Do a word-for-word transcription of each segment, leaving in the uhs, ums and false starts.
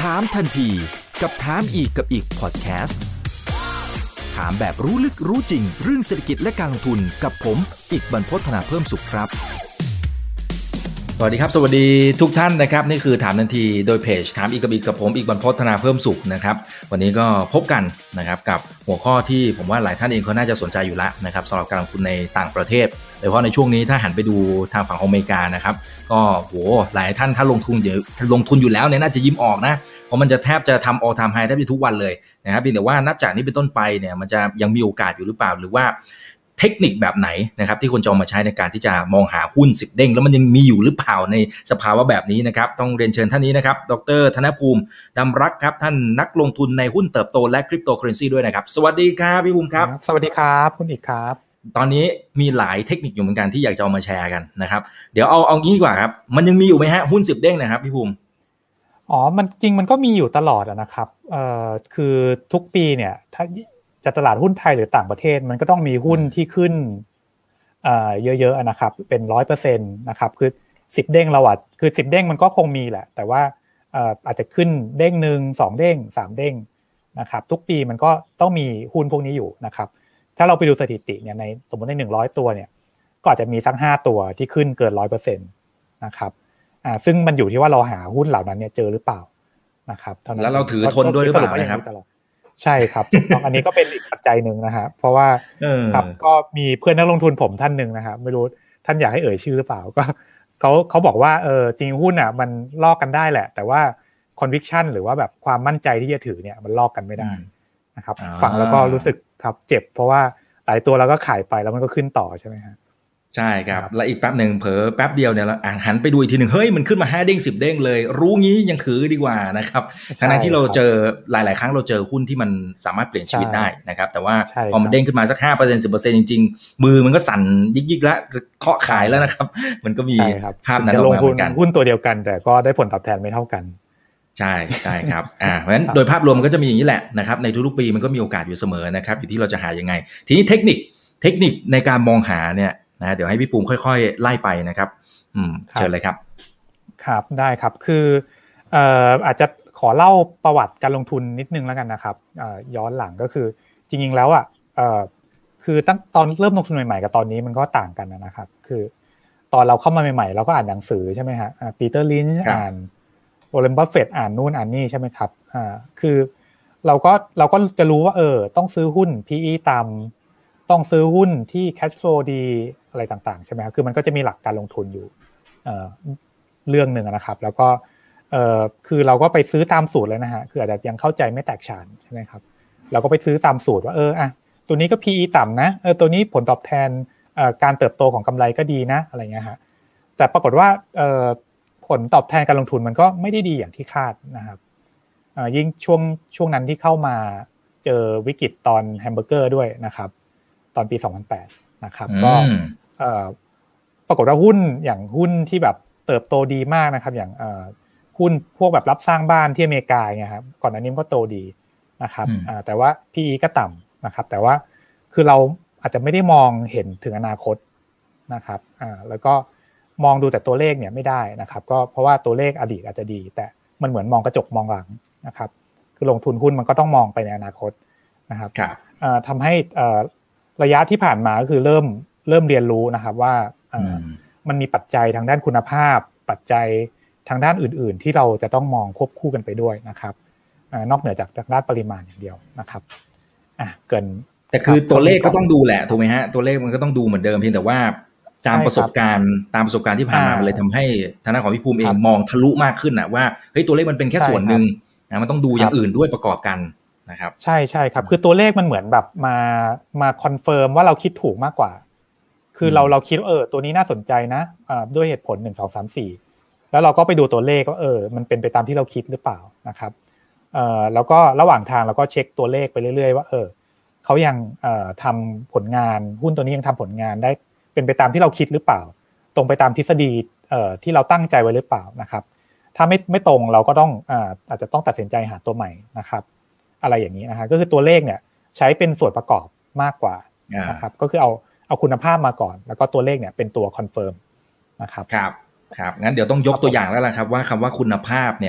ถามทันทีกับถามอีกกับอีกพอดแคสต์ถามแบบรู้ลึกรู้จริงเรื่องเศรษฐกิจและการลงทุนกับผมอีกบรรพต ธนาเพิ่มสุขครับสวัสดีครับสวัสดีทุกท่านนะครับนี่คือถามทันทีโดยเพจถามอีกกับอีกกับผมอีกบรรพต ธนาเพิ่มสุขนะครับวันนี้ก็พบกันนะครับกับหัวข้อที่ผมว่าหลายท่านเองเขาน่าจะสนใจอยู่แล้วนะครับสำหรับการลงทุนในต่างประเทศโดยเฉพาะในช่วงนี้ถ้าหันไปดูทางฝั่งของอเมริกานะครับก็โหหลายท่านถ้าลงทุนเยอะลงทุนอยู่แล้วเนี่ยน่าจะยิ้มออกนะเพราะมันจะแทบจะทำ all time high แทบจะทุกวันเลยนะครับเพียงแต่ว่านับจากนี้เป็นต้นไปเนี่ยมันจะยังมีโอกาสอยู่หรือเปล่าหรือว่าเทคนิคแบบไหนนะครับที่ควรจะเอามาใช้ในการที่จะมองหาหุ้นสิบเด้งแล้วมันยังมีอยู่หรือเปล่าในสภาวะแบบนี้นะครับต้องเรียนเชิญท่านนี้นะครับดร.ธนภูมิดำรักครับท่านนักลงทุนในหุ้นเติบโตและคริปโตเคอเรนซีด้วยนะครับสวัสดีครับพี่ภูมิครับสวัสดีครับคุณอีกครับตอนนี้มีหลายเทคนิคอยู่เหมือนกันที่อยากจะเอามาแชร์กันนะครับเดี๋ยวเอาเอางี้ดีกว่าครับมันยังมีอยู่ไหมฮะหุ้นสิบเด้งนะครับพี่ภูมิอ๋อมันจริงมันก็มีอยู่ตลอดนะครับเอ่อคือทุกปีเนี่ยถ้าจะตลาดหุ้นไทยหรือต่างประเทศมันก็ต้องมีหุ้นที่ขึ้นเอ่อเยอะๆนะครับเป็น ร้อยเปอร์เซ็นต์ นะครับคือสิบเด้งเราอ่ะคือสิบเด้งมันก็คงมีแหละแต่ว่าเอ่ออาจจะขึ้นเด้งนึงสองเด้งสามเด้งนะครับทุกปีมันก็ต้องมีหุ้นพวกนี้อยู่นะครับถ้าเราไปดูสถิติเนี่ยในสมมุติในหนึ่งร้อยตัวเนี่ยก็อาจจะมีสักห้าตัวที่ขึ้นเกิน ร้อยเปอร์เซ็นต์ นะครับอ่าซึ่งมันอยู่ที่ว่าเราหาหุ้นเหล่านั้นเนี่ยเจอหรือเปล่านะครับเท่านั้นแล้วเราถือทนด้วยหรือเปล่านะครับใช่ครับถูกต้องอันนี้ก็เป็นอีกปัจจัยนึงนะฮะเพราะว่าครับก็มีเพื่อนนักลงทุนผมท่านนึงนะครับไม่รู้ท่านอยากให้เอ่ยชื่อหรือเปล่าก็เขาเขาบอกว่าเออจริงหุ้นอ่ะมันลอกกันได้แหละแต่ว่า conviction หรือว่าแบบความมั่นใจที่จะถือเนี่ยมันลอกกันไม่ได้นะครับฟังแล้วก็รู้สึกครับเจ็บเพราะว่าหลายตัวเราก็ขายไปแล้วมันก็ขึ้นต่อใช่ไหมฮะใช่ครับแล้วอีกแป๊บหนึ่งเผลอแป๊บเดียวเนี่ยเราหันไปดูอีกทีหนึ่งเฮ้ยมันขึ้นมาห้าเด้งสิบเด้งเลยรู้งี้ยังถือดีกว่านะครับทั้งที่เราเจอหลายๆครั้งเราเจอหุ้นที่มันสามารถเปลี่ยนชีวิตได้นะครับแต่ว่าพอมันเด้งขึ้นมาสัก ห้าเปอร์เซ็นต์ สิบเปอร์เซ็นต์ จริงๆมือมันก็สั่นยิกๆแล้วเคาะขายแล้วนะครับมันก็มีภาพนั้นออกมาเหมือนกันหุ้นตัวเดียวกันแต่ก็ได้ผลตอบแทนไม่เท่ากันใช่ใช่ครับอ่าเพราะฉะนั้นโดยภาพรวมมันก็จะมีอย่างนี้แหละนะครับในทุกๆปีมันก็มีโอกาสอยู่เสมอนะครับอยู่ที่เราจะหายังไงทีนี้เทคนิคเทคนิคในการมองหาเนี่ยนะเดี๋ยวให้พี่ปูมค่อยๆไล่ไปนะครับอืมเชิญเลยครับครับได้ครับคือเอ่ออาจจะขอเล่าประวัติการลงทุนนิดนึงแล้วกันนะครับเอ่อย้อนหลังก็คือจริงๆแล้วอ่ะเอ่อคือตั้งตอนเริ่มลงทุนใหม่ๆกับตอนนี้มันก็ต่างกันนะครับคือตอนเราเข้ามาใหม่ๆเราก็อ่านหนังสือใช่ไหมฮะปีเตอร์ลินช์อ่านวอร์เรน บัฟเฟตต์อ่านนู่นอ่านนี่ใช่ไหมครับอ่าคือเราก็เราก็จะรู้ว่าเออต้องซื้อหุ้น พี อี ต่ำต้องซื้อหุ้นที่ cash flow ดีอะไรต่างๆใช่ไหมครับคือมันก็จะมีหลักการลงทุนอยู่เอ่อเรื่องนึงนะครับแล้วก็เอ่อคือเราก็ไปซื้อตามสูตรเลยนะฮะคืออาจจะยังเข้าใจไม่แตกฉานใช่ไหมครับเราก็ไปซื้อตามสูตรว่าเอออ่ะตัวนี้ก็ พี อี ต่ำนะเออตัวนี้ผลตอบแทนเอ่อการเติบโตของกำไรก็ดีนะอะไรเงี้ยฮะแต่ปรากฏว่าเอ่อผลตอบแทนการลงทุนมันก็ไม่ได้ดีอย่างที่คาดนะครับเอ่อยิ่งช่วงช่วงนั้นที่เข้ามาเจอวิกฤตตอนแฮมเบอร์เกอร์ด้วยนะครับตอนปีสองพันแปดนะครับก็เอ่อปรากฏว่าหุ้นอย่างหุ้นที่แบบเติบโตดีมากนะครับอย่างเอ่อหุ้นพวกแบบรับสร้างบ้านที่อเมริกาเงี้ยครับก่อนหน้านี้ก็โตดีนะครับอ่าแต่ว่า พี อี ก็ต่ำนะครับแต่ว่าคือเราอาจจะไม่ได้มองเห็นถึงอนาคตนะครับอ่าแล้วก็มองดูแต่ตัวเลขเนี่ยไม่ได้นะครับก็เพราะว่าตัวเลขอดีตอาจจะดีแต่มันเหมือนมองกระจกมองหลังนะครับคือลงทุนหุ้นมันก็ต้องมองไปในอนาคตนะครับอ่าทำให้อ่าระยะที่ผ่านมาก็คือเริ่มเริ่มเรียนรู้นะครับว่ามันมีปัจจัยทางด้านคุณภาพปัจจัยทางด้านอื่นๆที่เราจะต้องมองควบคู่กันไปด้วยนะครับนอกเหนือจากจากด้านปริมาณอย่างเดียวนะครับอ่ะเกินแต่คือตัวเลขก็ต้องดูแหละถูกไหมฮะตัวเลขมันก็ต้องดูเหมือนเดิมเพียงแต่ว่าตามประสบการณ์ตามประสบการณ์ที่ผ่านมามันเลยทำให้ทางด้านของพี่ภูมิเองมองทะลุมากขึ้นนะว่าเฮ้ยตัวเลขมันเป็นแค่ส่วนหนึ่งนะมันต้องดูอย่างอื่นด้วยประกอบกันนะครับใช่ใช่ครับคือตัวเลขมันเหมือนแบบมามาคอนเฟิร์มว่าเราคิดถูกมากกว่าคือเราเราคิดว่าเออตัวนี้น่าสนใจนะอ่าด้วยเหตุผลหนึ่ง สอง สาม สี่แล้วเราก็ไปดูตัวเลขว่าเออมันเป็นไปตามที่เราคิดหรือเปล่านะครับเอ่อแล้วก็ระหว่างทางเราก็เช็คตัวเลขไปเรื่อยๆว่าเออเขายังเอ่อทำผลงานหุ้นตัวนี้ยังทำผลงานได้เป็นไปตามที่เราคิดหรือเปล่าตรงไปตามทฤษฎีเอ่อที่เราตั้งใจไว้หรือเปล่านะครับถ้าไม่ไม่ตรงเราก็ต้องอ่าอาจจะต้องตัดสินใจหาตัวใหม่นะครับอะไรอย่างนี้นะฮะก็คือตัวเลขเนี่ยใช้เป็นส่วนประกอบมากกว่านะครับก็คือเอาเอาคุณภาพมาก่อนแล้วก็ตัวเลขเนี่ยเป็นตัวคอนเฟิร์มนะครับครับครับงั้นเดี๋ยวต้องยกตัวอย่างแล้วล่ะครับว่าคำว่าคุณภาพเนี่ย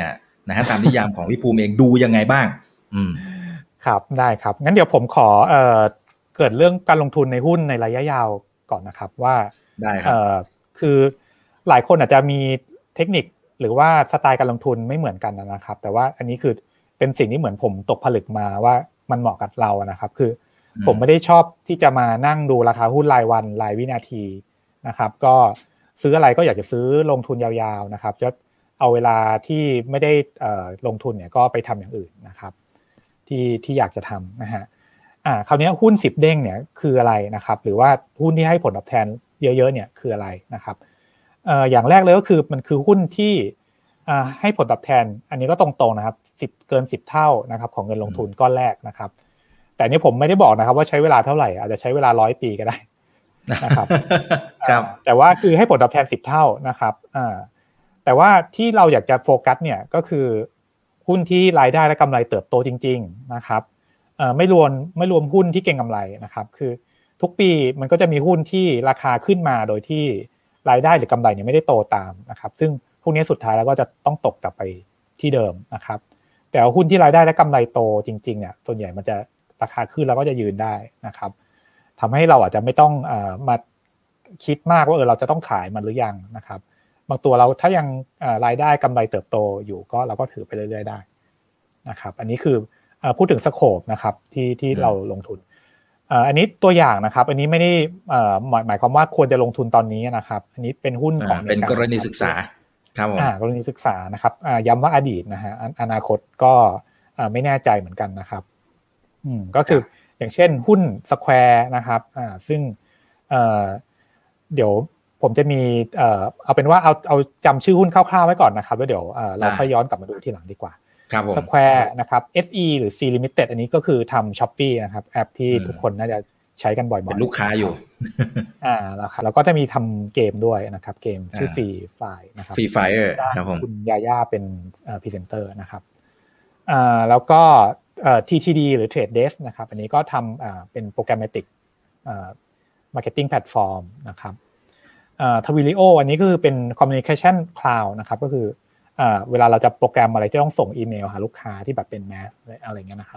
นะฮะตามนิยามของพี่ภูมิเองดูยังไงบ้างอืมครับได้ครับงั้นเดี๋ยวผมขอเอ่อเกิดเรื่องการลงทุนในหุ้นในระยะยาวก่อนนะครับว่าได้ครับเอ่อคือหลายคนอาจจะมีเทคนิคหรือว่าสไตล์การลงทุนไม่เหมือนกันนะครับแต่ว่าอันนี้คือเป็นสิ่งที่เหมือนผมตกผลึกมาว่ามันเหมาะกับเรานะครับคือผมไม่ได้ชอบที่จะมานั่งดูราคาหุ้นรายวันรายวินาทีนะครับก็ซื้ออะไรก็อยากจะซื้อลงทุนยาวๆนะครับจะเอาเวลาที่ไม่ได้เอ่อลงทุนเนี่ยก็ไปทำอย่างอื่นนะครับที่ที่อยากจะทำนะฮะอ่าคราวนี้หุ้นสิบเด้งเนี่ยคืออะไรนะครับหรือว่าหุ้นที่ให้ผลตอบแทนเยอะๆเนี่ยคืออะไรนะครับเอ่ออย่างแรกเลยก็คือมันคือหุ้นที่อ่าให้ผลตอบแทนอันนี้ก็ตรงๆนะครับสิบเกินสิบเท่านะครับของเงินลงทุนก้อนแรกนะครับแต่นี่ผมไม่ได้บอกนะครับว่าใช้เวลาเท่าไหร่อาจจะใช้เวลาร้อยปีก็ได้นะครับครับแต่ว่าคือให้ผลตอบแทนสิบเท่านะครับอ่าแต่ว่าที่เราอยากจะโฟกัสเนี่ยก็คือหุ้นที่รายได้และกำไรเติบโตจริงๆนะครับเอ่อไม่รวมไม่รวมหุ้นที่เก็งกำไรนะครับคือทุกปีมันก็จะมีหุ้นที่ราคาขึ้นมาโดยที่รายได้หรือกำไรเนี่ยไม่ได้โตตามนะครับซึ่งพวกนี้สุดท้ายแล้วก็จะต้องตกกลับไปที่เดิมนะครับแต่หุ้นที่รายได้และกำไรโตจริงๆเนี่ยส่วนใหญ่มันจะราคาขึ้นแล้วก็จะยืนได้นะครับทำให้เราอาจจะไม่ต้องเอ่อมาคิดมากว่าเออเราจะต้องขายมันหรือยังนะครับบางตัวเราถ้ายังรายได้กำไรเติบโตอยู่ก็เราก็ถือไปเรื่อยๆได้นะครับอันนี้คือพูดถึงสโคปนะครับที่ที่เราลงทุนอันนี้ตัวอย่างนะครับอันนี้ไม่ได้หมายความว่าควรจะลงทุนตอนนี้นะครับอันนี้เป็นหุ้นของเป็นกรณีศึกษาครับผมกรณีศึกษานะครับย้ำว่าอดีตนะฮะอนาคตก็ไม่แน่ใจเหมือนกันนะครับอืมก็คืออย่างเช่นหุ้น Square นะครับอ่าซึ่งเอ่อเดี๋ยวผมจะมีเอ่อเอาเป็นว่าเอาเอาจำชื่อหุ้นคร่าวๆไว้ก่อนนะครับแล้วเดี๋ยวเอ่อเราค่อยย้อนกลับมาดูทีหลังดีกว่าครับผม Square นะครับ เอส อี หรือ C Limited อันนี้ก็คือทำ Shopee นะครับแอปที่ทุกคนน่าจะใช้กันบ่อยๆเป็นลูกค้าอยู่อ่าแล้วครับแล้วก็จะมีทำเกมด้วยนะครับเกมชื่อ Free Fire นะครับ Free Fire ครับผมคุณยาย่าเป็นเอ่อพรีเซนเตอร์นะครับอ่าแล้วก็เอ่อ ที ที ดี หรือ Trade Desk นะครับอันนี้ก็ทำอ่าเป็น Programmatic อ่า Marketing Platform นะครับอ่า Twilio อันนี้ก็คือเป็น Communication Cloud นะครับก็คืออ่าเวลาเราจะโปรแกรมอะไรจะต้องส่งอีเมลหาลูกค้าที่แบบเป็นแมสอะไรอย่างเงี้ยนะครับ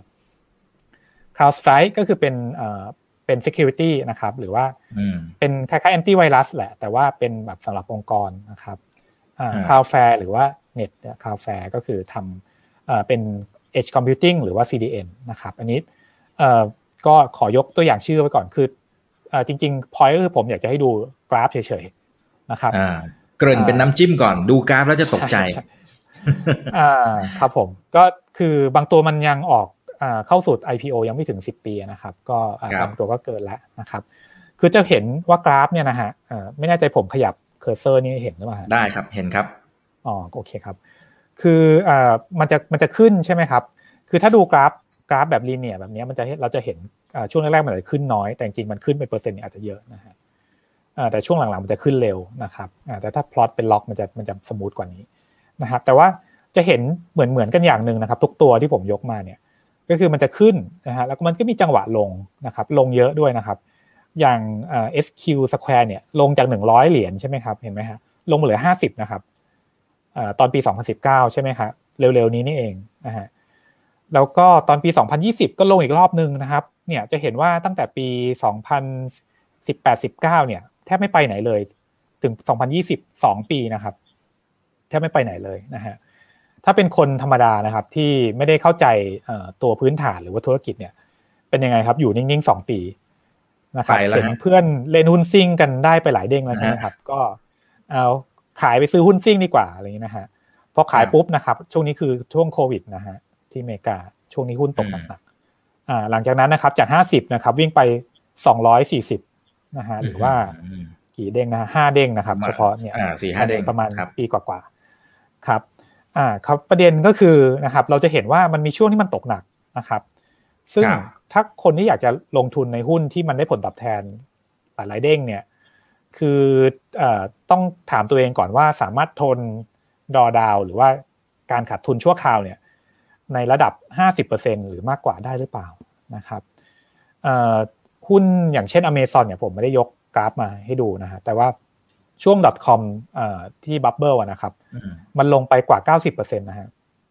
CrowdStrike ก็คือเป็นเอ่อเป็น security นะครับหรือว่าเป็นคล้ายๆ antivirus แหละแต่ว่าเป็นแบบสำหรับองค์กรนะครับอ่า Cloudflare หรือว่า Net Cloudflare ก็คือทำเอ่อเป็น Edge Computing หรือว่า ซี ดี เอ็น นะครับอันนี้เอ่อก็ขอยกตัวอย่างชื่อไว้ก่อนคือเอ่อจริงๆ point ก็คือผมอยากจะให้ดูกราฟเฉยๆนะครับอ่าเกริ่นเป็นน้ำจิ้มก่อนดูกราฟแล้วจะตกใจอ่าครับผมก็คือบางตัวมันยังออกอ่าเข้าสู่ ไอ พี โอ ยังไม่ถึงสิบปีนะครับก็บางตัวก็เกินแล้วนะครับคือจะเห็นว่ากราฟเนี่ยนะฮะเอ่อไม่แน่ใจผมขยับเคอร์เซอร์นี่เห็นหรือเปล่าได้ครับเห็นครับอ๋อโอเคครับคืออ่ามันจะมันจะขึ้นใช่ไหมครับคือถ้าดูกราฟกราฟแบบลีเนียร์แบบนี้มันจะเราจะเห็นอ่าช่วงแรกๆมันจะขึ้นน้อยแต่จริงๆมันขึ้นเป็นเปอร์เซ็นต์เนี่ยอาจจะเยอะนะฮะอ่าแต่ช่วงหลังๆมันจะขึ้นเร็วนะครับอ่าแต่ถ้าพลอตเป็นล็อกมันจะมันจะสมูทกว่านี้นะครับแต่ว่าจะเห็นเหมือนเหมือนกันอย่างนึงนะครับทุกตัวที่ผมยกมาเนี่ยก็คือมันจะขึ้นนะฮะแล้วมันก็มีจังหวะลงนะครับลงเยอะด้วยนะครับอย่างเอ่อ เอส คิว Square เนี่ยลงจากหนึ่งร้อยเหรียญใช่ไหมครับเห็นไหมฮะลงมาเหลือห้าสิบนะครับเอ่อตอนปีสองพันสิบเก้าใช่ไหมครับเร็วๆนี้นี่เองนะฮะแล้วก็ตอนปีสองพันยี่สิบก็ลงอีกรอบนึงนะครับเนี่ยจะเห็นว่าตั้งแต่ปีสองพันสิบแปด สิบเก้าเนี่ยแทบไม่ไปไหนเลยถึงสองพันยี่สิบ สองปีนะครับแทบไม่ไปไหนเลยนะฮะถ้าเป็นคนธรรมดานะครับที่ไม่ได้เข้าใจตัวพื้นฐานหรือว่าธุรกิจเนี่ยเป็นยังไงครับอยู่นิ่งๆสองปีนะครับเห็นเพื่อนเล่นหุ้นซิ่งกันได้ไปหลายเด้งแล้วใช่ไหมครับก็เอาขายไปซื้อหุ้นซิ่งดีกว่าอะไรอย่างนี้นะฮะพอขายปุ๊บนะครับช่วงนี้คือช่วงโควิดนะฮะที่อเมริกาช่วงนี้หุ้นตกหนักๆอ่าหลังจากนั้นนะครับจากห้าสิบนะครับวิ่งไปสองร้อยสี่สิบนะฮะหรือว่ากี่เด้งนะห้าเด้งนะครับเฉพาะเนี่ยสี่ห้าเด้งประมาณปีกว่าๆครับอ่าครับประเด็นก็คือนะครับเราจะเห็นว่ามันมีช่วงที่มันตกหนักนะครับซึ่งถ้าคนที่อยากจะลงทุนในหุ้นที่มันได้ผลตอบแทนหลายๆเด้งเนี่ยคือเอ่อต้องถามตัวเองก่อนว่าสามารถทนดอดาวหรือว่าการขาดทุนชั่วคราวเนี่ยในระดับ ห้าสิบเปอร์เซ็นต์ หรือมากกว่าได้หรือเปล่านะครับเอ่อหุ้นอย่างเช่น Amazon เนี่ยผมไม่ได้ยกกราฟมาให้ดูนะฮะแต่ว่าช่วง .com เอ่อที่บับเบิ้ลอ่ะนะครับมันลงไปกว่า เก้าสิบเปอร์เซ็นต์ นะฮะ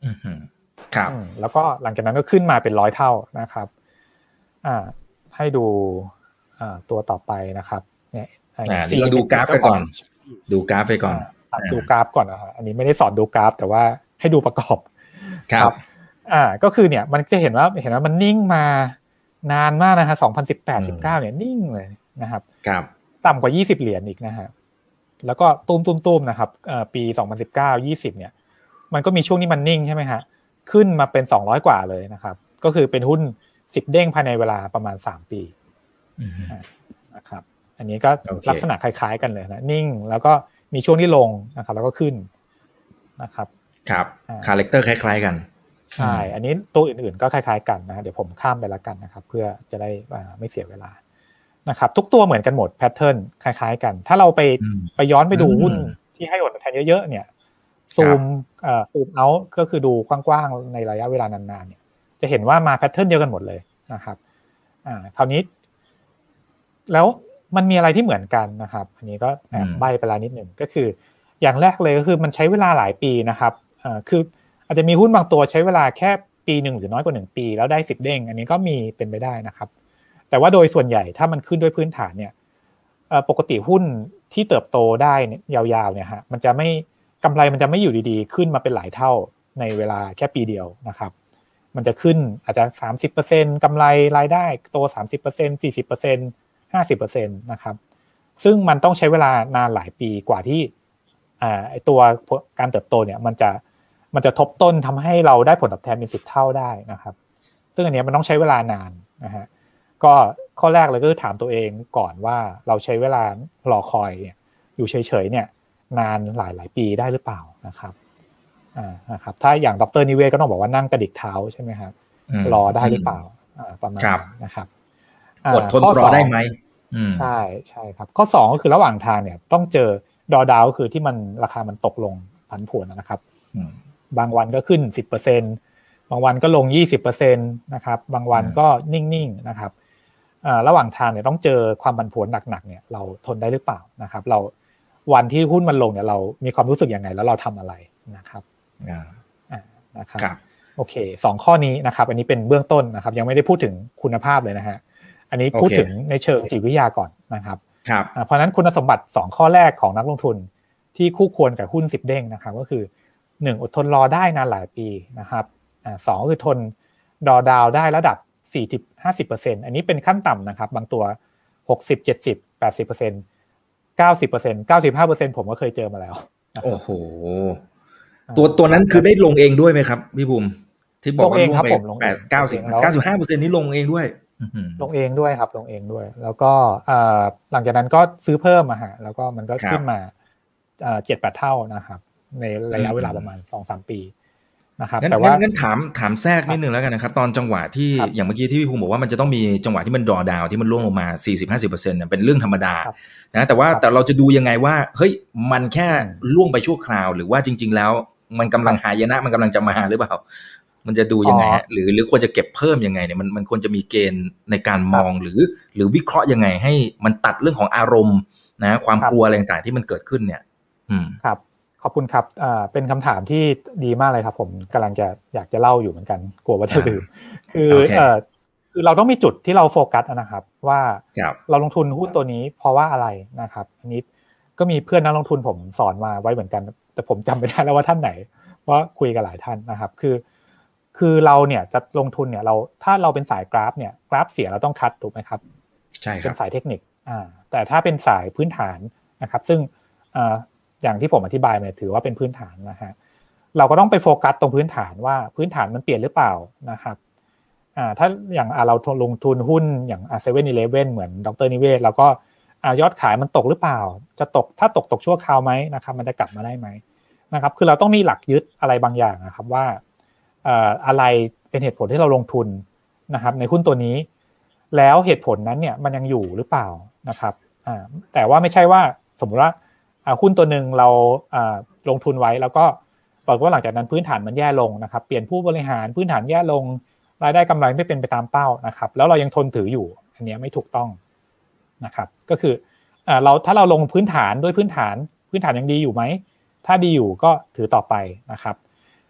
อือฮึครับแล้วก็หลังจากนั้นก็ขึ้นมาเป็นร้อยเท่านะครับอ่าให้ดูอ่าตัวต่อไปนะครับเนี่ยอ่าเราดูกราฟกันก่อนดูกราฟไปก่อนดูกราฟก่อนนะฮะอันนี้ไม่ได้สอนดูกราฟแต่ว่าให้ดูประกอบครับอ่าก็คือเนี่ยมันจะเห็นว่าเห็นว่ามันนิ่งมานานมากนะฮะสองพันสิบแปด สิบเก้าเนี่ยนิ่งเลยนะครับครับต่ำกว่ายี่สิบเหรียญอีกนะฮะแล้วก็ตุ้มๆๆนะครับเอ่อปีสองพันสิบเก้า ยี่สิบเนี่ยมันก็มีช่วงที่มันนิ่งใช่มั้ยฮะขึ้นมาเป็นสองร้อยกว่าเลยนะครับก็คือเป็นหุ้นสิบเด้งภายในเวลาประมาณสามปีอือฮึนะครับอันนี้ก็ลักษณะคล้ายๆกันเลยนะนิ่งแล้วก็มีช่วงที่ลงนะครับแล้วก็ขึ้นนะครับครับคาแรคเตอร์คล้ายๆกันใช่อันนี้ตัวอื่นๆก็คล้ายๆกันนะเดี๋ยวผมข้ามไปแล้วกันนะครับเพื่อจะได้ไม่เสียเวลานะครับทุกตัวเหมือนกันหมดแพทเทิร์นคล้ายๆกันถ้าเราไปไปย้อนไปดูหุ้นที่ให้ผลตอบแทนเยอะๆเนี่ยซูมเอ่อซูมเอาท์ก็คือดูกว้างๆในระยะเวลานานๆเนี่ยจะเห็นว่ามาแพทเทิร์นเดียวกันหมดเลยนะครับอ่าคราวนี้แล้วมันมีอะไรที่เหมือนกันนะครับอันนี้ก็แอบใบ้ไปแล้วนิดนึงก็คืออย่างแรกเลยก็คือมันใช้เวลาหลายปีนะครับอ่าคืออาจจะมีหุ้นบางตัวใช้เวลาแค่ปีนึงหรือน้อยกว่าหนึ่งปีแล้วได้สิบเด้งอันนี้ก็มีเป็นไปได้นะครับแต่ว่าโดยส่วนใหญ่ถ้ามันขึ้นด้วยพื้นฐานเนี่ยเอ่อปกติหุ้นที่เติบโตได้ยาวๆเนี่ยฮะมันจะไม่กำไรมันจะไม่อยู่ดีๆขึ้นมาเป็นหลายเท่าในเวลาแค่ปีเดียวนะครับมันจะขึ้นอาจจะ สามสิบเปอร์เซ็นต์ กำไรรายได้โต สามสิบเปอร์เซ็นต์ สี่สิบเปอร์เซ็นต์ ห้าสิบเปอร์เซ็นต์ นะครับซึ่งมันต้องใช้เวลานานหลายปีกว่าที่อ่าไอ้ตัวการเติบโตเนี่ยมันจะมันจะทบต้นทำให้เราได้ผลตอบแทนเป็นสิบเท่าได้นะครับซึ่งอันนี้มันต้องใช้เวลานานนะฮะก็ข้อแรกเลยก็คือถามตัวเองก่อนว่าเราใช้เวลารอคอยอยู่เฉยๆเนี่ยนานหลายๆปีได้หรือเปล่านะครับอ่านะครับถ้าอย่างดร.นิเวศก็ต้องบอกว่านั่งกระดิกเท้าใช่ไหมครับรอได้หรือเปล่าอ่าประมาณนั้นนะครับอดทนรอได้ไหมใช่ใช่ครับข้อสองก็คือระหว่างทางเนี่ยต้องเจอดอดาวก็คือที่มันราคามันตกลงผันผวนนะครับบางวันก็ขึ้น สิบเปอร์เซ็นต์ บางวันก็ลง ยี่สิบเปอร์เซ็นต์ นะครับบางวันก็นิ่งๆนะครับอ่าระหว่างทางเนี่ยต้องเจอความผันผวนหนักๆเนี่ยเราทนได้หรือเปล่านะครับเราวันที่หุ้นมันลงเนี่ยเรามีความรู้สึกยังไงแล้วเราทำอะไรนะครับอ่านะครับโอเคสองข้อนี้นะครับอันนี้เป็นเบื้องต้นนะครับยังไม่ได้พูดถึงคุณภาพเลยนะฮะอันนี้พูดถึงในเชิงจิตวิทยาก่อนนะครับเพราะฉะนั้นคุณสมบัติสองข้อแรกของนักลงทุนที่คู่ควรกับหุ้นสิบเด้งนะครับก็คือหนึ่งอดทนรอได้นานหลายปีนะครับอ่าสองคือทนดอดาวได้ระดับ สี่สิบถึงห้าสิบเปอร์เซ็นต์ อันนี้เป็นขั้นต่ำนะครับบางตัวหกสิบ เจ็ดสิบ แปดสิบเปอร์เซ็นต์ เก้าสิบเปอร์เซ็นต์ เก้าสิบห้าเปอร์เซ็นต์ ผมก็เคยเจอมาแล้วโอ้โหตัวตัวนั้นคือได้ลงเองด้วยไหมครับพี่บุ๋มที่บอกว่าลงไปแปด เก้าสิบ เก้าสิบห้าเปอร์เซ็นต์นี่ลงเองด้วยลงเองด้วยครับลงเองด้วยแล้วก็หลังจากนั้นก็ซื้อเพิ่มมาฮะแล้วก็มันก็ขึ้นมา เจ็ดแปด เท่านะครับในระยะเวลาประมาณ สองถึงสาม ปีนะครับแต่ว่างั้นถามถามแทรกนิดนึงแล้วกันนะครับตอนจังหวะที่อย่างเมื่อกี้ที่พี่ภูมิบอกว่ามันจะต้องมีจังหวะที่มันดรอดาวที่มันร่วงลงมา สี่สิบถึงห้าสิบเปอร์เซ็นต์ เนี่ยเป็นเรื่องธรรมดานะแต่ว่าแต่เราจะดูยังไงว่าเฮ้ยมันแค่ร่วงไปชั่วคราวหรือว่าจริงๆแล้วมันกำลังหายนะมันกำลังจะมาหรือเปล่ามันจะดูยังไงฮะหรือหรือควรจะเก็บเพิ่มยังไงเนี่ยมันมันควรจะมีเกณฑ์ในการมองหรือหรือวิเคราะห์ยังไงให้มันตัดเรื่องของอารมณ์นะความกลัวอะไรต่างๆที่มันเกิดขึ้นเนี่ยอืมครับขอบคุณครับอ่าเป็นคำถามที่ดีมากเลยครับผมกำลังจะอยากจะเล่าอยู่เหมือนกันกลัวว่าจะลืมคือเอ่อคือเราต้องมีจุดที่เราโฟกัสนะครับว่าเราลงทุนหุ้นตัวนี้เพราะว่าอะไรนะครับอันนี้ก็มีเพื่อนนักลงทุนผมสอนมาไว้เหมือนกันแต่ผมจำไม่ได้แล้วว่าท่านไหนเพราะคุยกับหลายท่านนะครับคือคือเราเนี่ยจะลงทุนเนี่ยเราถ้าเราเป็นสายกราฟเนี่ยกราฟเสียเราต้องคัดถูกไหมครับใช่ครับเป็นสายเทคนิคอ่าแต่ถ้าเป็นสายพื้นฐานนะครับซึ่งอ่าอย่างที่ผมอธิบายมาถือว่าเป็นพื้นฐานนะฮะเราก็ต้องไปโฟกัสตรงพื้นฐานว่าพื้นฐานมันเปลี่ยนหรือเปล่านะครับอ่าถ้าอย่างอ่าเราลงทุนหุ้นอย่างอ่า เซเว่น Eleven เหมือนดร.นิเวศแล้วก็อ่ายอดขายมันตกหรือเปล่าจะตกถ้าตกตกชั่วคราวไหมนะครับมันจะกลับมาได้ไหมนะครับคือเราต้องมีหลักยึดอะไรบางอย่างนะครับว่าเอ่ออะไรเป็นเหตุผลที่เราลงทุนนะครับในหุ้นตัวนี้แล้วเหตุผลนั้นเนี่ยมันยังอยู่หรือเปล่านะครับอ่าแต่ว่าไม่ใช่ว่าสมมุติว่าหุ้นตัวหนึ่งเราลงทุนไว้แล้วก็บอกว่าหลังจากนั้นพื้นฐานมันแย่ลงนะครับเปลี่ยนผู้บริหารพื้นฐานแย่ลงรายได้กำไรไม่เป็นไปตามเป้านะครับแล้วเรายังทนถืออยู่อันนี้ไม่ถูกต้องนะครับก็คือเราถ้าเราลงพื้นฐานด้วยพื้นฐานพื้นฐานยังดีอยู่ไหมถ้าดีอยู่ก็ถือต่อไปนะครับ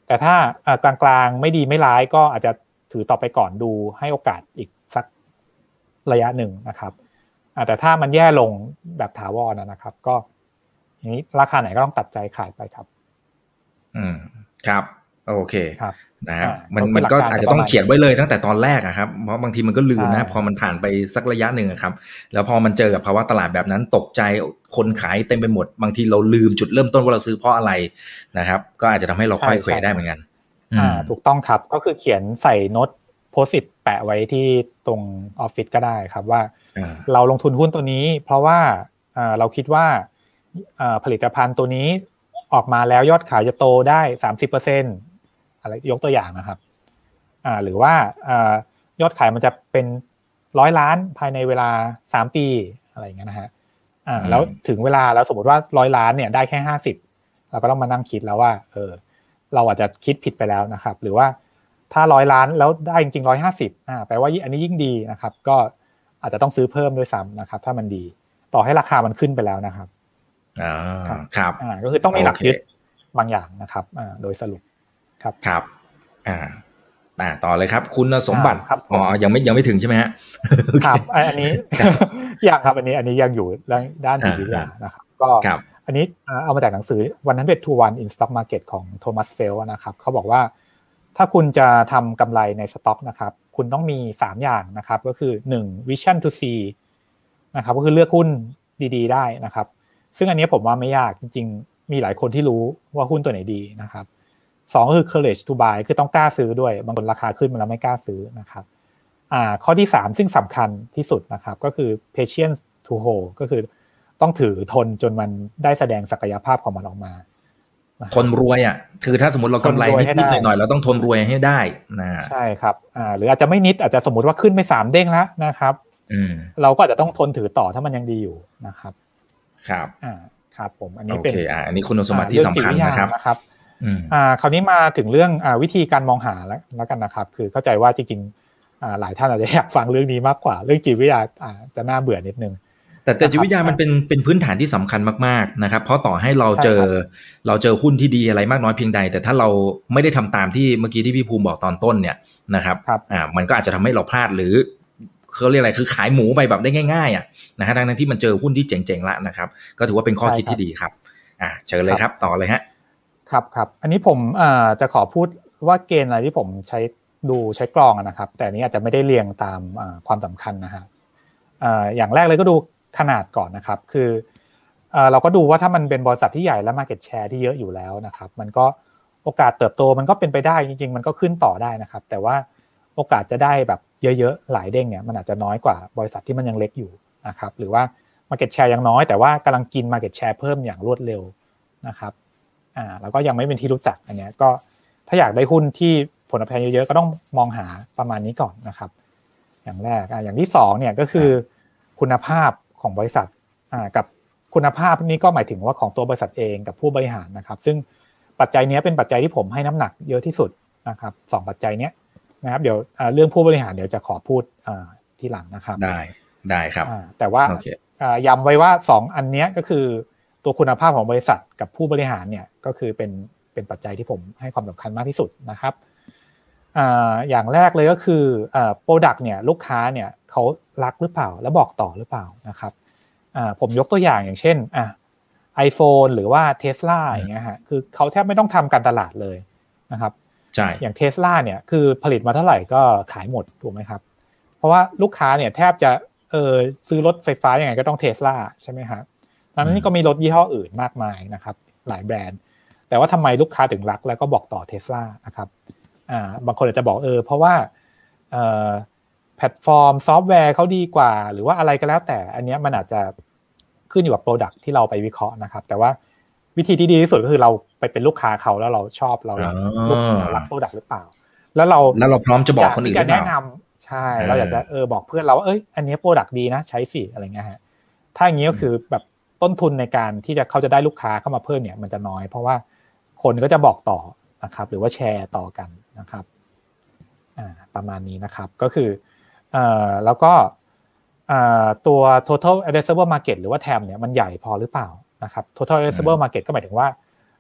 แต่ถ้ากลางๆไม่ดีไม่ร้ายก็อาจจะถือต่อไปก่อนดูให้โอกาสอีกสักระยะหนึ่งนะครับแต่ถ้ามันแย่ลงแบบถาวรนะครับก็อย่างนี้ราคาไหนก็ต้องตัดใจขายไปครับอืมครับโอเคครับนะฮะมันมันก็อาจจะต้องเขียนไว้เลยตั้งแต่ตอนแรกอะครับเพราะบางทีมันก็ลืมนะพอมันผ่านไปสักระยะหนึ่งครับแล้วพอมันเจอกับภาวะตลาดแบบนั้นตกใจคนขายเต็มไปหมดบางทีเราลืมจุดเริ่มต้นว่าเราซื้อเพราะอะไรนะครับก็อาจจะทำให้เราค่อยเขวได้เหมือนกันอ่าถูกต้องครับก็คือเขียนใส่โน้ตโพสต์อิทแปะไว้ที่ตรงออฟฟิศก็ได้ครับว่าเราลงทุนหุ้นตัวนี้เพราะว่าเราคิดว่าผลิตภัณฑ์ตัวนี้ออกมาแล้วยอดขายจะโตได้ สามสิบเปอร์เซ็นต์ อะไรยกตัวอย่างนะครับอ่าหรือว่าอ่ายอดขายมันจะเป็นร้อยล้านภายในเวลาสามปีอะไรอย่างเงี้ยนะฮะอ่าแล้วถึงเวลาแล้วสมมติว่าร้อยล้านเนี่ยได้แค่ห้าสิบเราก็ต้องมานั่งคิดแล้วว่าเออเราอาจจะคิดผิดไปแล้วนะครับหรือว่าถ้าร้อยล้านแล้วได้จริงๆหนึ่งร้อยห้าสิบอ่าแปลว่าอันนี้ยิ่งดีนะครับก็อาจจะต้องซื้อเพิ่มด้วยซ้ำนะครับถ้ามันดีต่อให้ราคามันขึ้นไปแล้วนะครับอ่าครับอ่าก็คือต้องมีหลักยึดบางอย่างนะครับอ่าโดยสรุปครับครับอ่าอ่าต่อเลยครับคุณสมบัติอ๋อยังไม่ยังไม่ถึงใช่ไหมฮะครับอันนี้ยังครับอันนี้อันนี้ยังอยู่ด้านจิตวิทยานะครับก็อันนี้เอามาจากหนังสือหนึ่งร้อยto วัน in stock market ของโทมัสเฟลนะครับเขาบอกว่าถ้าคุณจะทำกำไรในสต็อกนะครับคุณต้องมีสามอย่างนะครับก็คือหนึ่ง vision to see นะครับก็คือเลือกหุ้นดีๆได้นะครับซึ่งอันนี้ผมว่าไม่ยากจริงๆมีหลายคนที่รู้ว่าหุ้นตัวไหนดีนะครับสองก็คือ courage to buy คือต้องกล้าซื้อด้วยบางคนราคาขึ้นมาแล้วไม่กล้าซื้อนะครับอ่าข้อที่สามซึ่งสำคัญที่สุดนะครับก็คือ patience to hold ก็คือต้องถือทนจนมันได้แสดงศักยภาพของมันออกมาทนรวยอ่ะคือถ้าสมมติเรากำไรนิดๆหน่อยๆเราต้องทนรวยให้ได้นะใช่ครับอ่าหรืออาจจะไม่นิดอาจจะสมมติว่าขึ้นไปสามเด้งแล้วนะครับอืมเราก็อาจจะต้องทนถือต่อถ้ามันยังดีอยู่นะครับครับอ่าครับผมอันนี้เป็นโอเคอ่าอันนี้คุณสมบัติที่สำคัญนะครับนะครับอ่าคราวนี้มาถึงเรื่องอ่าวิธีการมองหาแล้วแล้วกันนะครับคือเข้าใจว่าจริงๆอ่าหลายท่านอาจจะอยากฟังเรื่องนี้มากกว่าเรื่องจิตวิทยาอ่าจะน่าเบื่อนิดนึงแต่แต่จิตวิทยามันเป็นเป็นพื้นฐานที่สำคัญมากๆนะครับเพราะต่อให้เราเจอเราเจอหุ้นที่ดีอะไรมากน้อยเพียงใดแต่ถ้าเราไม่ได้ทำตามที่เมื่อกี้ที่พี่ภูมิบอกตอนต้นเนี่ยนะครับอ่ามันก็อาจจะทำให้เราพลาดหรือเขาเรียกอะไรคือขายหมูไปแบบได้ง่ายๆอ่ะนะฮะดังนั้นที่มันเจอหุ้นที่เจ๋งๆละนะครับก็ถือว่าเป็นข้อคิดที่ดีครับอ่าเชิญเลยครับต่อเลยฮะครับครับอันนี้ผมอ่าจะขอพูดว่าเกณฑ์อะไรที่ผมใช้ดูใช้กรองนะครับแต่อันนี้อาจจะไม่ได้เรียงตามอ่าความสำคัญนะฮะอ่าอย่างแรกเลยก็ดูขนาดก่อนนะครับคือเอ่อเราก็ดูว่าถ้ามันเป็นบริษัทที่ใหญ่และ market share ที่เยอะอยู่แล้วนะครับมันก็โอกาสเติบโตมันก็เป็นไปได้จริงๆมันก็ขึ้นต่อได้นะครับแต่ว่าโอกาสจะได้แบบเยอะๆหลายเด้งเนี่ยมันอาจจะน้อยกว่าบริษัทที่มันยังเล็กอยู่นะครับหรือว่า market share ยังน้อยแต่ว่ากำลังกิน market share เพิ่มอย่างรวดเร็วนะครับอ่าแล้วก็ยังไม่เป็นที่รู้จักอันเนี้ยก็ถ้าอยากได้หุ้นที่ผลตอบแทนเยอะๆก็ต้องมองหาประมาณนี้ก่อนนะครับอย่างแรกอ่าอย่างที่สองเนี่ยก็คือคุณภาพของบริษัทอ่ากับคุณภาพนี้ก็หมายถึงว่าของตัวบริษัทเองกับผู้บริหารนะครับซึ่งปัจจัยนี้เป็นปัจจัยที่ผมให้น้ำหนักเยอะที่สุดนะครับสองปัจจัยนี้นะครับเดี๋ยวเรื่องผู้บริหารเดี๋ยวจะขอพูดทีหลังนะครับได้ได้ครับแต่ว่าย้ำไว้ว่าสองอันนี้ก็คือตัวคุณภาพของบริษัทกับผู้บริหารเนี่ยก็คือเป็นเป็นปัจจัยที่ผมให้ความสำคัญมากที่สุดนะครับอย่างแรกเลยก็คือโปรดักต์เนี่ยลูกค้าเนี่ยเขารักหรือเปล่าแล้วบอกต่อหรือเปล่านะครับผมยกตัวอย่างอย่างเช่นอ่ะ iPhone หรือว่า Tesla อย่างเงี้ยฮะคือเขาแทบไม่ต้องทำการตลาดเลยนะครับใช่อย่าง Tesla เนี่ยคือผลิตมาเท่าไหร่ก็ขายหมดถูกไหมครับเพราะว่าลูกค้าเนี่ยแทบจะเออซื้อรถไฟฟ้ายังไงก็ต้อง Tesla ใช่ไหมครับดังนั้นนี่ก็มีรถยี่ห้ออื่นมากมายนะครับหลายแบรนด์แต่ว่าทำไมลูกค้าถึงรักแล้วก็บอกต่อ Tesla นะครับอ่าบางคนอาจจะบอกเออเพราะว่าเอ่อแพลตฟอร์มซอฟต์แวร์เขาดีกว่าหรือว่าอะไรก็แล้วแต่อันนี้มันอาจจะขึ้นอยู่กับโปรดักต์ที่เราไปวิเคราะห์นะครับแต่ว่าวิธีที่ดีที่สุดก็คือเราไปเป็นลูกค้าเขาแล้วเราชอบเรารักโปรดักต์หรือเปล่าแล้วเราแล้วเราพร้อมจะบอกคนอื่นหรือเปล่าแนะนำใช่เราอยากจะเออบอกเพื่อนเราว่าเอ้ยอันนี้โปรดักต์ดีนะใช้สิอะไรเงี้ยฮะถ้าอย่างนี้ก็คือแบบต้นทุนในการที่จะเขาจะได้ลูกค้าเข้ามาเพิ่มเนี่ยมันจะน้อยเพราะว่าคนก็จะบอกต่อนะครับหรือว่าแชร์ต่อกันนะครับอ่าประมาณนี้นะครับก็คือเอ่อแล้วก็อ่าตัว total addressable market หรือว่า ที เอ เอ็ม เนี่ยมันใหญ่พอหรือเปล่านะครับ total addressable market ก็หมายถึงว่า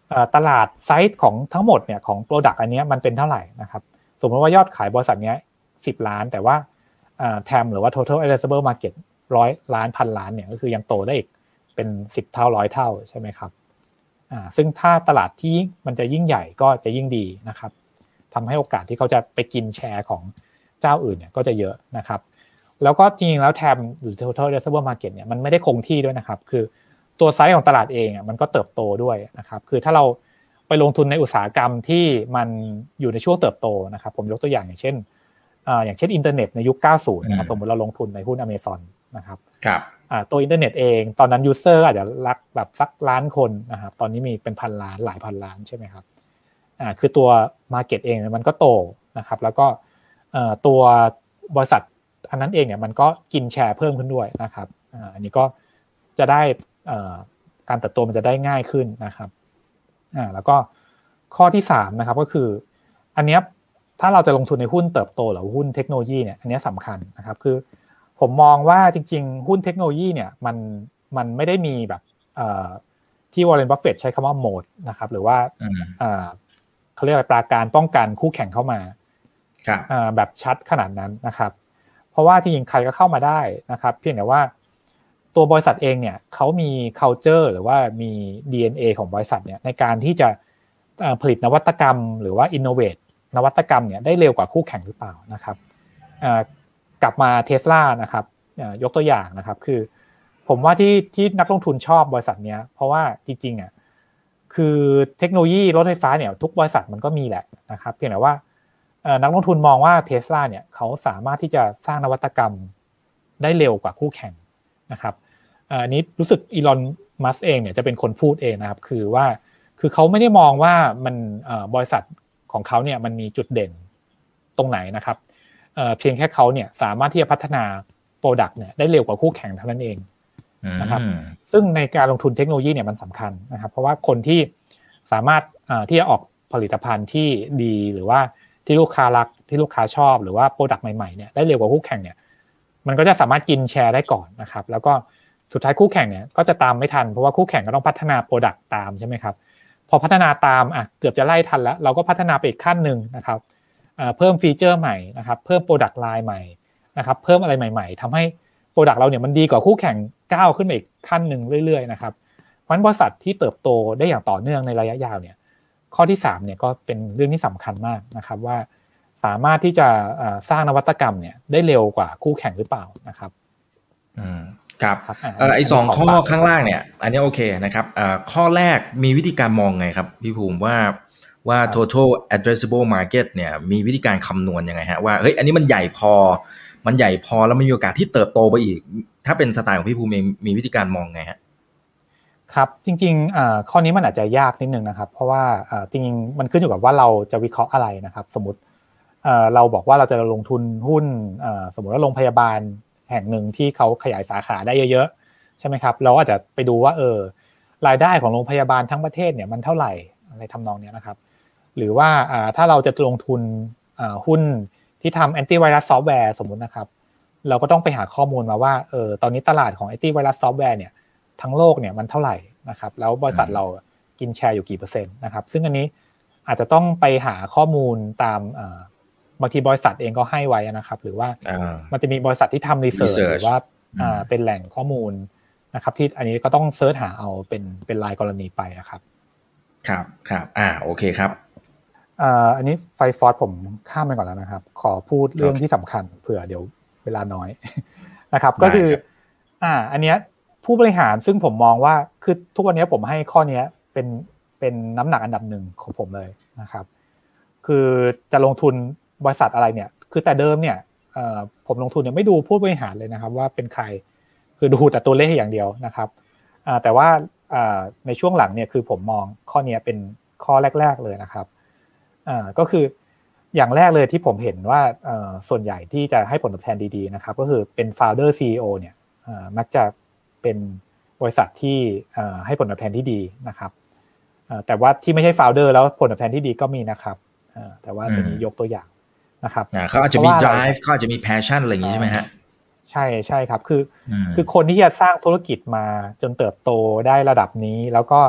ตลาดไซส์ของทั้งหมดเนี่ยของ product อันนี้มันเป็นเท่าไหร่นะครับสมมติว่ายอดขายบริษัทนี้สิบล้านแต่ว่าเอ่อ ที เอ เอ็ม หรือว่า total addressable market หนึ่งร้อยล้านพันล้านเนี่ยก็คือยังโตได้อีกเป็นสิบเท่าร้อยเท่าใช่ไหมครับอ่าซึ่งถ้าตลาดที่มันจะยิ่งใหญ่ก็จะยิ่งดีนะครับทำให้โอกาสที่เขาจะไปกินแชร์ของเจ้าอื่นเนี่ยก็จะเยอะนะครับแล้วก็จริงๆแล้ว ที เอ เอ็ม หรือ total addressable market เนี่ยมันไม่ได้คงที่ด้วยนะครับคือตัวไซส์ของตลาดเองอ่ะมันก็เติบโตด้วยนะครับคือถ้าเราไปลงทุนในอุตสาหกรรมที่มันอยู่ในช่วงเติบโตนะครับผมยกตัวอย่างอย่างเช่นอ่าอย่างเช่นอินเทอร์เน็ตในยุคเก้าสิบนะครับสมมุติเราลงทุนในหุ้น Amazon นะครับครับอ่าตัวอินเทอร์เน็ตเองตอนนั้นยูสเซอร์อาจจะรักแบบสักล้านคนนะครับตอนนี้มีเป็นพันล้านหลายพันล้านใช่ไหมครับอ่าคือตัว market เองมันก็โตนะครับแล้วก็เอ่อตัวบริษัทอันนั้นเองเนี่ยมันก็กินแชร์เพิ่มขึ้นด้วยนะครับอ่าอันนี้ก็จะได้เอ่อการเติบโตมันจะได้ง่ายขึ้นนะครับอ่าแล้วก็ข้อที่สามนะครับก็คืออันเนี้ยถ้าเราจะลงทุนในหุ้นเติบโตหรือหุ้นเทคโนโลยีเนี่ยอันนี้สำคัญนะครับคือผมมองว่าจริงๆหุ้นเทคโนโลยีเนี่ยมันมันไม่ได้มีแบบเอ่อที่วอร์เรน บัฟเฟตต์ใช้คำว่าโหมดนะครับหรือว่าเอ่อเขาเรียกว่าปราการป้องกันคู่แข่งเข้ามาแบบชัดขนาดนั้นนะครับเพราะว่าจริงๆใครก็เข้ามาได้นะครับเพียงแต่ว่าตัวบริษัทเองเนี่ยเขามี culture หรือว่ามี ดี เอ็น เอ ของบริษัทเนี่ยในการที่จะผลิตนวัตกรรมหรือว่า innovate นวัตกรรมเนี่ยได้เร็วกว่าคู่แข่งหรือเปล่านะครับกลับมา Tesla นะครับยกตัวอย่างนะครับคือผมว่าที่ที่นักลงทุนชอบบริษัทเนี้ยเพราะว่าจริงๆอ่ะคือเทคโนโลยีรถไฟฟ้าเนี่ยทุกบริษัทมันก็มีแหละนะครับเพียงแต่ว่านักลงทุนมองว่า Tesla เนี่ยเขาสามารถที่จะสร้างนวัตกรรมได้เร็วกว่าคู่แข่งนะครับอันนี้รู้สึกอีลอนมัสก์เองเนี่ยจะเป็นคนพูดเองนะครับคือว่าคือเขาไม่ได้มองว่ามันบริษัทของเขาเนี่ยมันมีจุดเด่นตรงไหนนะครับเพียงแค่เขาเนี่ยสามารถที่จะพัฒนา product เนี่ยได้เร็วกว่าคู่แข่งเท่านั้นเองนะครับซึ่งในการลงทุนเทคโนโลยีเนี่ยมันสำคัญนะครับเพราะว่าคนที่สามารถที่จะออกผลิตภัณฑ์ที่ดีหรือว่าที่ลูกค้ารักที่ลูกค้าชอบหรือว่า product ใหม่ๆเนี่ยได้เร็วกว่าคู่แข่งเนี่ยมันก็จะสามารถกินแชร์ได้ก่อนนะครับแล้วก็สุดท้ายคู่แข่งเนี่ยก็จะตามไม่ทันเพราะว่าคู่แข่งก็ต้องพัฒนา product ตามใช่ไหมครับพอพัฒนาตามอ่ะเกือบจะไล่ทันแล้วเราก็พัฒนาไปอีกขั้นนึงนะครับเพิ่มฟีเจอร์ใหม่นะครับเพิ่ม product line ใหม่นะครับเพิ่มอะไรใหม่ๆทำให้ product เราเนี่ยมันดีกว่าคู่แข่งก้าวขึ้นไปอีกขั้นนึงเรื่อยๆนะครับเพราะฉะนั้นบริษัทที่เติบโตได้อย่างต่อเนื่องในระยะยาวเนี่ยข้อที่สามเนี่ยก็เป็นเรื่องที่สำคัญมากนะครับว่าสามารถที่จะสร้างนวัตกรรมเนี่ยได้เร็วกว่าคู่แข่งหรือเปล่านะครับอืมครับเอ่อไอ้สองข้อข้างล่างเนี่ยอันนี้โอเคนะครับเอ่อข้อแรกมีวิธีการมองไงครับพี่ภูมิว่าว่า total addressable market เนี่ยมีวิธีการคำนวณยังไงฮะว่าเฮ้ยอันนี้มันใหญ่พอมันใหญ่พอแล้วมันมีโอกาสที่เติบโตไปอีกถ้าเป็นสไตล์ของพี่ภูมิมีมีวิธีการมองไงฮะครับจริงๆเอ่อข้อนี้มันอาจจะยากนิดนึงนะครับเพราะว่าเอ่อจริงๆมันขึ้นอยู่กับว่าเราจะวิเคราะห์อะไรนะครับสมมุติเอ่อเราบอกว่าเราจะลงทุนหุ้นเอ่อสมมุติว่าโรงพยาบาลแห่งหนึ่งที่เขาขยายสาขาได้เยอะๆใช่ไหมครับเราอาจจะไปดูว่าเออรายได้ของโรงพยาบาลทั้งประเทศเนี่ยมันเท่าไหร่อะไรทำนองนี้นะครับหรือว่าอ่าถ้าเราจะลงทุนอ่าหุ้นที่ทำแอนตี้ไวรัสซอฟต์แวร์สมมุตินะครับเราก็ต้องไปหาข้อมูลมาว่าเออตอนนี้ตลาดของแอนตี้ไวรัสซอฟต์แวร์เนี่ยทั้งโลกเนี่ยมันเท่าไหร่นะครับแล้วบริษัทเรากินแชร์อยู่กี่เปอร์เซ็นต์นะครับซึ่งอันนี้อาจจะต้องไปหาข้อมูลตามบางทีบริษัทเองก็ให้ไว้นะครับหรือว่ามันจะมีบริษัทที่ทำรีเสิร์ชหรือว่าเป็นแหล่งข้อมูลนะครับที่อันนี้ก็ต้องเสิร์ชหาเอาเป็นเป็นรายกรณีไปครับครับครับอ่าโอเคครับอันนี้ไฟฟอร์สผมข้ามไปก่อนแล้วนะครับขอพูดเรื่องที่สำคัญเผื่อเดี๋ยวเวลาน้อยนะครับก็คืออ่าอันเนี้ยผู้บริหารซึ่งผมมองว่าคือทุกวันนี้ผมให้ข้อนี้เป็นเป็นน้ำหนักอันดับหนึ่งของผมเลยนะครับคือจะลงทุนบริษัทอะไรเนี่ยคือแต่เดิมเนี่ยเอ่อผมลงทุนเนี่ยไม่ดูผู้บริหารเลยนะครับว่าเป็นใครคือดูแต่ตัวเลขอย่างเดียวนะครับอ่าแต่ว่าอ่าในช่วงหลังเนี่ยคือผมมองข้อนี้เป็นข้อแรกๆเลยนะครับอ่าก็คืออย่างแรกเลยที่ผมเห็นว่าเอ่อส่วนใหญ่ที่จะให้ผลตอบแทนดีๆนะครับก็คือเป็น founder ซี อี โอ เนี่ยอ่ามักจะเป็นบริษัทที่ให้ผลตอบแทนที่ดีนะครับแต่ว่าที่ไม่ใช่ founder แล้วผลตอบแทนที่ดีก็มีนะครับแต่ว่าตัวนี้ยกตัวอย่างนะครับเขาอาจจะมี drive เขาอาจจะมี passion อะไรอย่างนี้ใช่ไหมฮะใช่ใช่ครับคือคือคนที่จะสร้างธุรกิจมาจนเติบโตได้ระดับนี้แล้วก็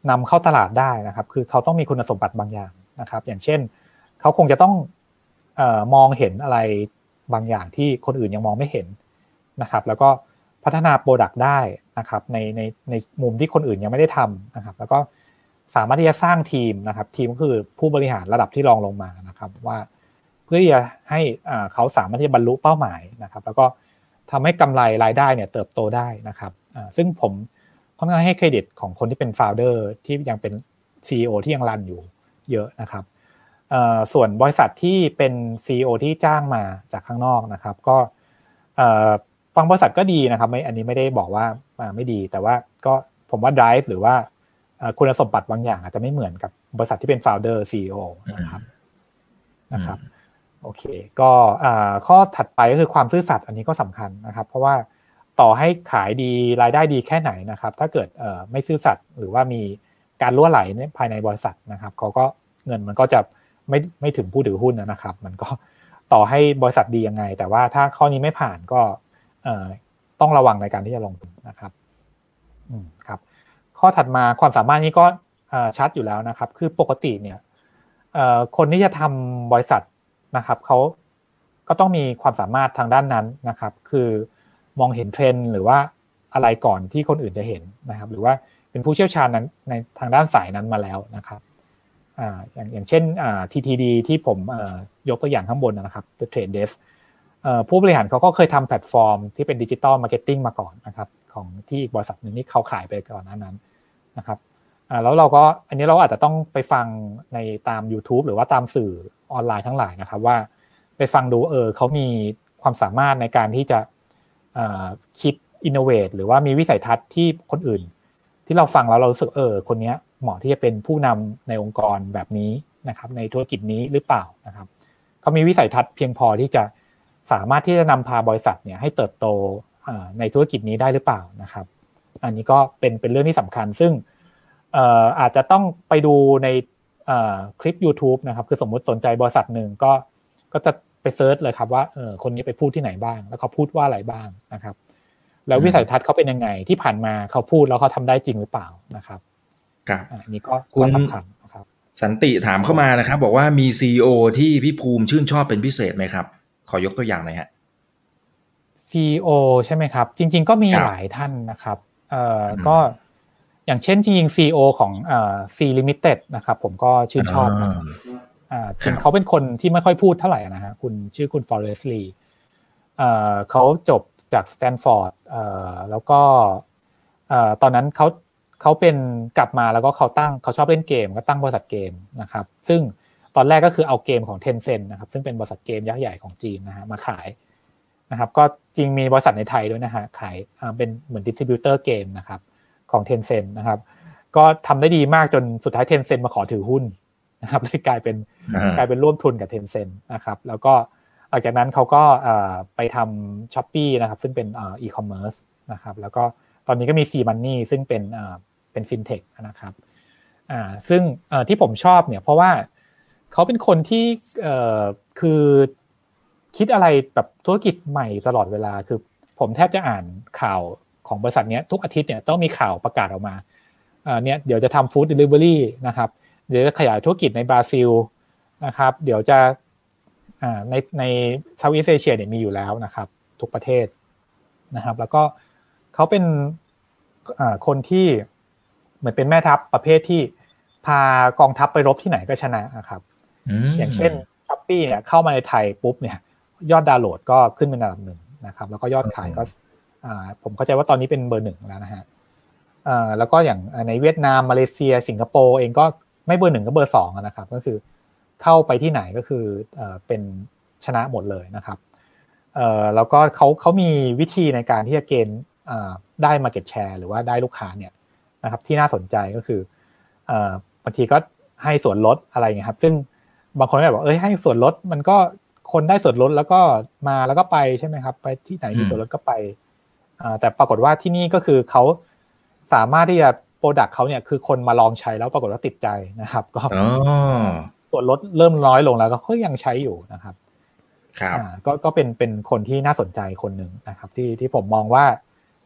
นำเข้าตลาดได้นะครับคือเขาต้องมีคุณสมบัติบางอย่างนะครับอย่างเช่นเขาคงจะต้องเอ่อมองเห็นอะไรบางอย่างที่คนอื่นยังมองไม่เห็นนะครับแล้วก็พัฒนาโปรดักต์ได้นะครับในในในมุมที่คนอื่นยังไม่ได้ทำนะครับแล้วก็สามารถที่จะสร้างทีมนะครับทีมก็คือผู้บริหารระดับที่รองลงมานะครับว่าเพื่อที่จะให้อ่าเขาสามารถที่จะบรรลุเป้าหมายนะครับแล้วก็ทำให้กำไรรายได้เนี่ยเติบโตได้นะครับอ่าซึ่งผมค่อนข้างให้เครดิตของคนที่เป็น founder ที่ยังเป็น ซี อี โอ ที่ยังรันอยู่เยอะนะครับเอ่อส่วนบริษัทที่เป็น ซี อี โอ ที่จ้างมาจากข้างนอกนะครับก็เอ่อบางบริษัทก็ดีนะครับไม่อันนี้ไม่ได้บอกว่าไม่ดีแต่ว่าก็ผมว่า drive หรือว่าคุณสมบัติบางอย่างอาจจะไม่เหมือนกับบริษัทที่เป็น founder ซี อี โอ นะครับนะครับโอเคก็ข้อถัดไปก็คือความซื่อสัตย์อันนี้ก็สำคัญนะครับเพราะว่าต่อให้ขายดีรายได้ดีแค่ไหนนะครับถ้าเกิดไม่ซื่อสัตย์หรือว่ามีการรั่วไหลภายในบริษัทนะครับเขาก็เงินมันก็จะไม่ไม่ถึงผู้ถือหุ้นนะครับมันก็ต่อให้บริษัทดียังไงแต่ว่าถ้าข้อนี้ไม่ผ่านก็ต้องระวังในการที่จะลงทุนนะครับอืมครับข้อถัดมาความสามารถนี้ก็ชัดอยู่แล้วนะครับคือปกติเนี่ยคนที่จะทำบริษัทนะครับเขาก็ต้องมีความสามารถทางด้านนั้นนะครับคือมองเห็นเทรนด์หรือว่าอะไรก่อนที่คนอื่นจะเห็นนะครับหรือว่าเป็นผู้เชี่ยวชาญนั้นในทางด้านสายนั้นมาแล้วนะครับอ่าอย่างอย่างเช่นอ่า ที ที ดี ที่ผมเอ่อยกตัวอย่างข้างบนนะครับ The Trade Desk เอ่อผู้บริหารเขาก็เคยทำแพลตฟอร์มที่เป็นดิจิตอลมาร์เก็ตติ้งมาก่อนนะครับของที่อีกบริษัทนึงที่เขาขายไปก่อนหน้านั้นนะครับอ่าแล้วเราก็อันนี้เราอาจจะต้องไปฟังในตาม YouTube หรือว่าตามสื่อออนไลน์ทั้งหลายนะครับว่าไปฟังดูเออเขามีความสามารถในการที่จะอ่าคิดอินโนเวทหรือว่ามีวิสัยทัศน์ที่คนอื่นที่เราฟังแล้วเรารู้สึกเออคนนี้เหมาะที่จะเป็นผู้นำในองค์กรแบบนี้นะครับในธุรกิจนี้หรือเปล่านะครับเขามีวิสัยทัศน์เพียงพอที่จะสามารถที่จะนำพาบริษัทเนี่ยให้เติบโตในธุรกิจนี้ได้หรือเปล่านะครับอันนี้ก็เป็นเป็นเรื่องที่สำคัญซึ่งเอ่ออาจจะต้องไปดูในเอ่อคลิป YouTube นะครับคือสมมุติสนใจบริษัทหนึ่งก็ก็จะไปเซิร์ชเลยครับว่าเออคนนี้ไปพูดที่ไหนบ้างแล้วเขาพูดว่าอะไรบ้างนะครับแล้ววิสัยทัศน์เขาเป็นยังไงที่ผ่านมาเขาพูดแล้วเขาทำได้จริงหรือเปล่านะครับครับอันนี้ก็สำคัญนะครับสันติถามเข้ามานะครับบอกว่ามี ซี อี โอ ที่พี่ภูมิชื่นชอบเป็นพิเศษไหมครับขอยกตัวอย่างหน่อยฮะซี อี โอ ใช่ไหมครับจริงๆก็มีหลายท่านนะครับเอ่อก็อย่างเช่นจริงๆ ซี อี โอ ของเอ่อ C Limited นะครับผมก็ชื่นชอบนะครับอ่าจริงเขาเป็นคนที่ไม่ค่อยพูดเท่าไหร่นะฮะคุณชื่อคุณ Forrest Li เอ่อเขาจบจากสแตนฟอร์ดเอ่อแล้วก็เอ่อตอนนั้นเขาเขาเป็นกลับมาแล้วก็เขาตั้งเขาชอบเล่นเกมก็ตั้งบริษัทเกมนะครับซึ่งตอนแรกก็คือเอาเกมของ Tencent นะครับซึ่งเป็นบริษัทเกมยักษ์ใหญ่ของจีนนะฮะมาขายนะครับก็จริงมีบริษัทในไทยด้วยนะฮะขายอ่าเป็นเหมือนดิสทริบิวเตอร์เกมนะครับของ Tencent นะครับก็ทำได้ดีมากจนสุดท้าย Tencent มาขอถือหุ้นนะครับเลยกลายเป็นกลายเป็นร่วมทุนกับ Tencent นะครับแล้วก็หลังจากนั้นเขาก็ไปทำ Shopee นะครับซึ่งเป็นอีคอมเมิร์ซนะครับแล้วก็ตอนนี้ก็มี C Money ซึ่งเป็นเป็นฟินเทคนะครับอ่าซึ่งที่ผมชอบเนี่ยเพราะว่าเขาเป็นคนที่คือคิดอะไรแบบธุรกิจใหม่ตลอดเวลาคือผมแทบจะอ่านข่าวของบริษัทนี้ทุกอาทิตย์เนี่ยต้องมีข่าวประกาศออกมาอ่าเนี่ยเดี๋ยวจะทำฟู้ดเดลิเวอรี่นะครับเดี๋ยวจะขยายธุรกิจในบราซิลนะครับเดี๋ยวจะอ่าในในเซาท์อีสต์เอเชียเนี่ยมีอยู่แล้วนะครับทุกประเทศนะครับแล้วก็เขาเป็นอ่าคนที่เหมือนเป็นแม่ทัพประเภทที่พากองทัพไปรบที่ไหนก็ชนะครับ อ, อย่างเช่น Shopee เนี่ยเข้ามาในไทยปุ๊บเนี่ยยอดดาวน์โหลดก็ขึ้นเป็นอันดับหนึ่งนะครับแล้วก็ยอดขายก็อ่าผมเข้าใจว่าตอนนี้เป็นเบอร์หนึ่งแล้วนะฮะอ่าแล้วก็อย่างในเวียดนามมาเลเซียสิงคโปร์เองก็ไม่เบอร์หนึ่งก็เบอร์สองนะครับก็คือเข้าไปที่ไหนก็คือเอ่อเป็นชนะหมดเลยนะครับเอ่อแล้วก็เขาเขามีวิธีในการที่จะเกณฑ์อ่าได้ market share หรือว่าได้ลูกค้าเนี่ยนะครับที่น่าสนใจก็คือเอ่อบางทีก็ให้ส่วนลดอะไรเงี้ยครับซึ่งบางคนก็บอกเอ้ยให้ส่วนลดมันก็คนได้ส่วนลดแล้วก็มาแล้วก็ไปใช่ไหมครับไปที่ไหนมีส่วนลดก็ไปอ่าแต่ปรากฏว่าที่นี่ก็คือเขาสามารถที่จะโปรดักต์เขาเนี่ยคือคนมาลองใช้แล้วปรากฏว่าติดใจนะครับก็ส่วนลดเริ่มน้อยลงแล้วก็ยังใช้อยู่นะครับครับอ่าก็ก็เป็นเป็นคนที่น่าสนใจคนหนึ่งนะครับที่ที่ผมมองว่า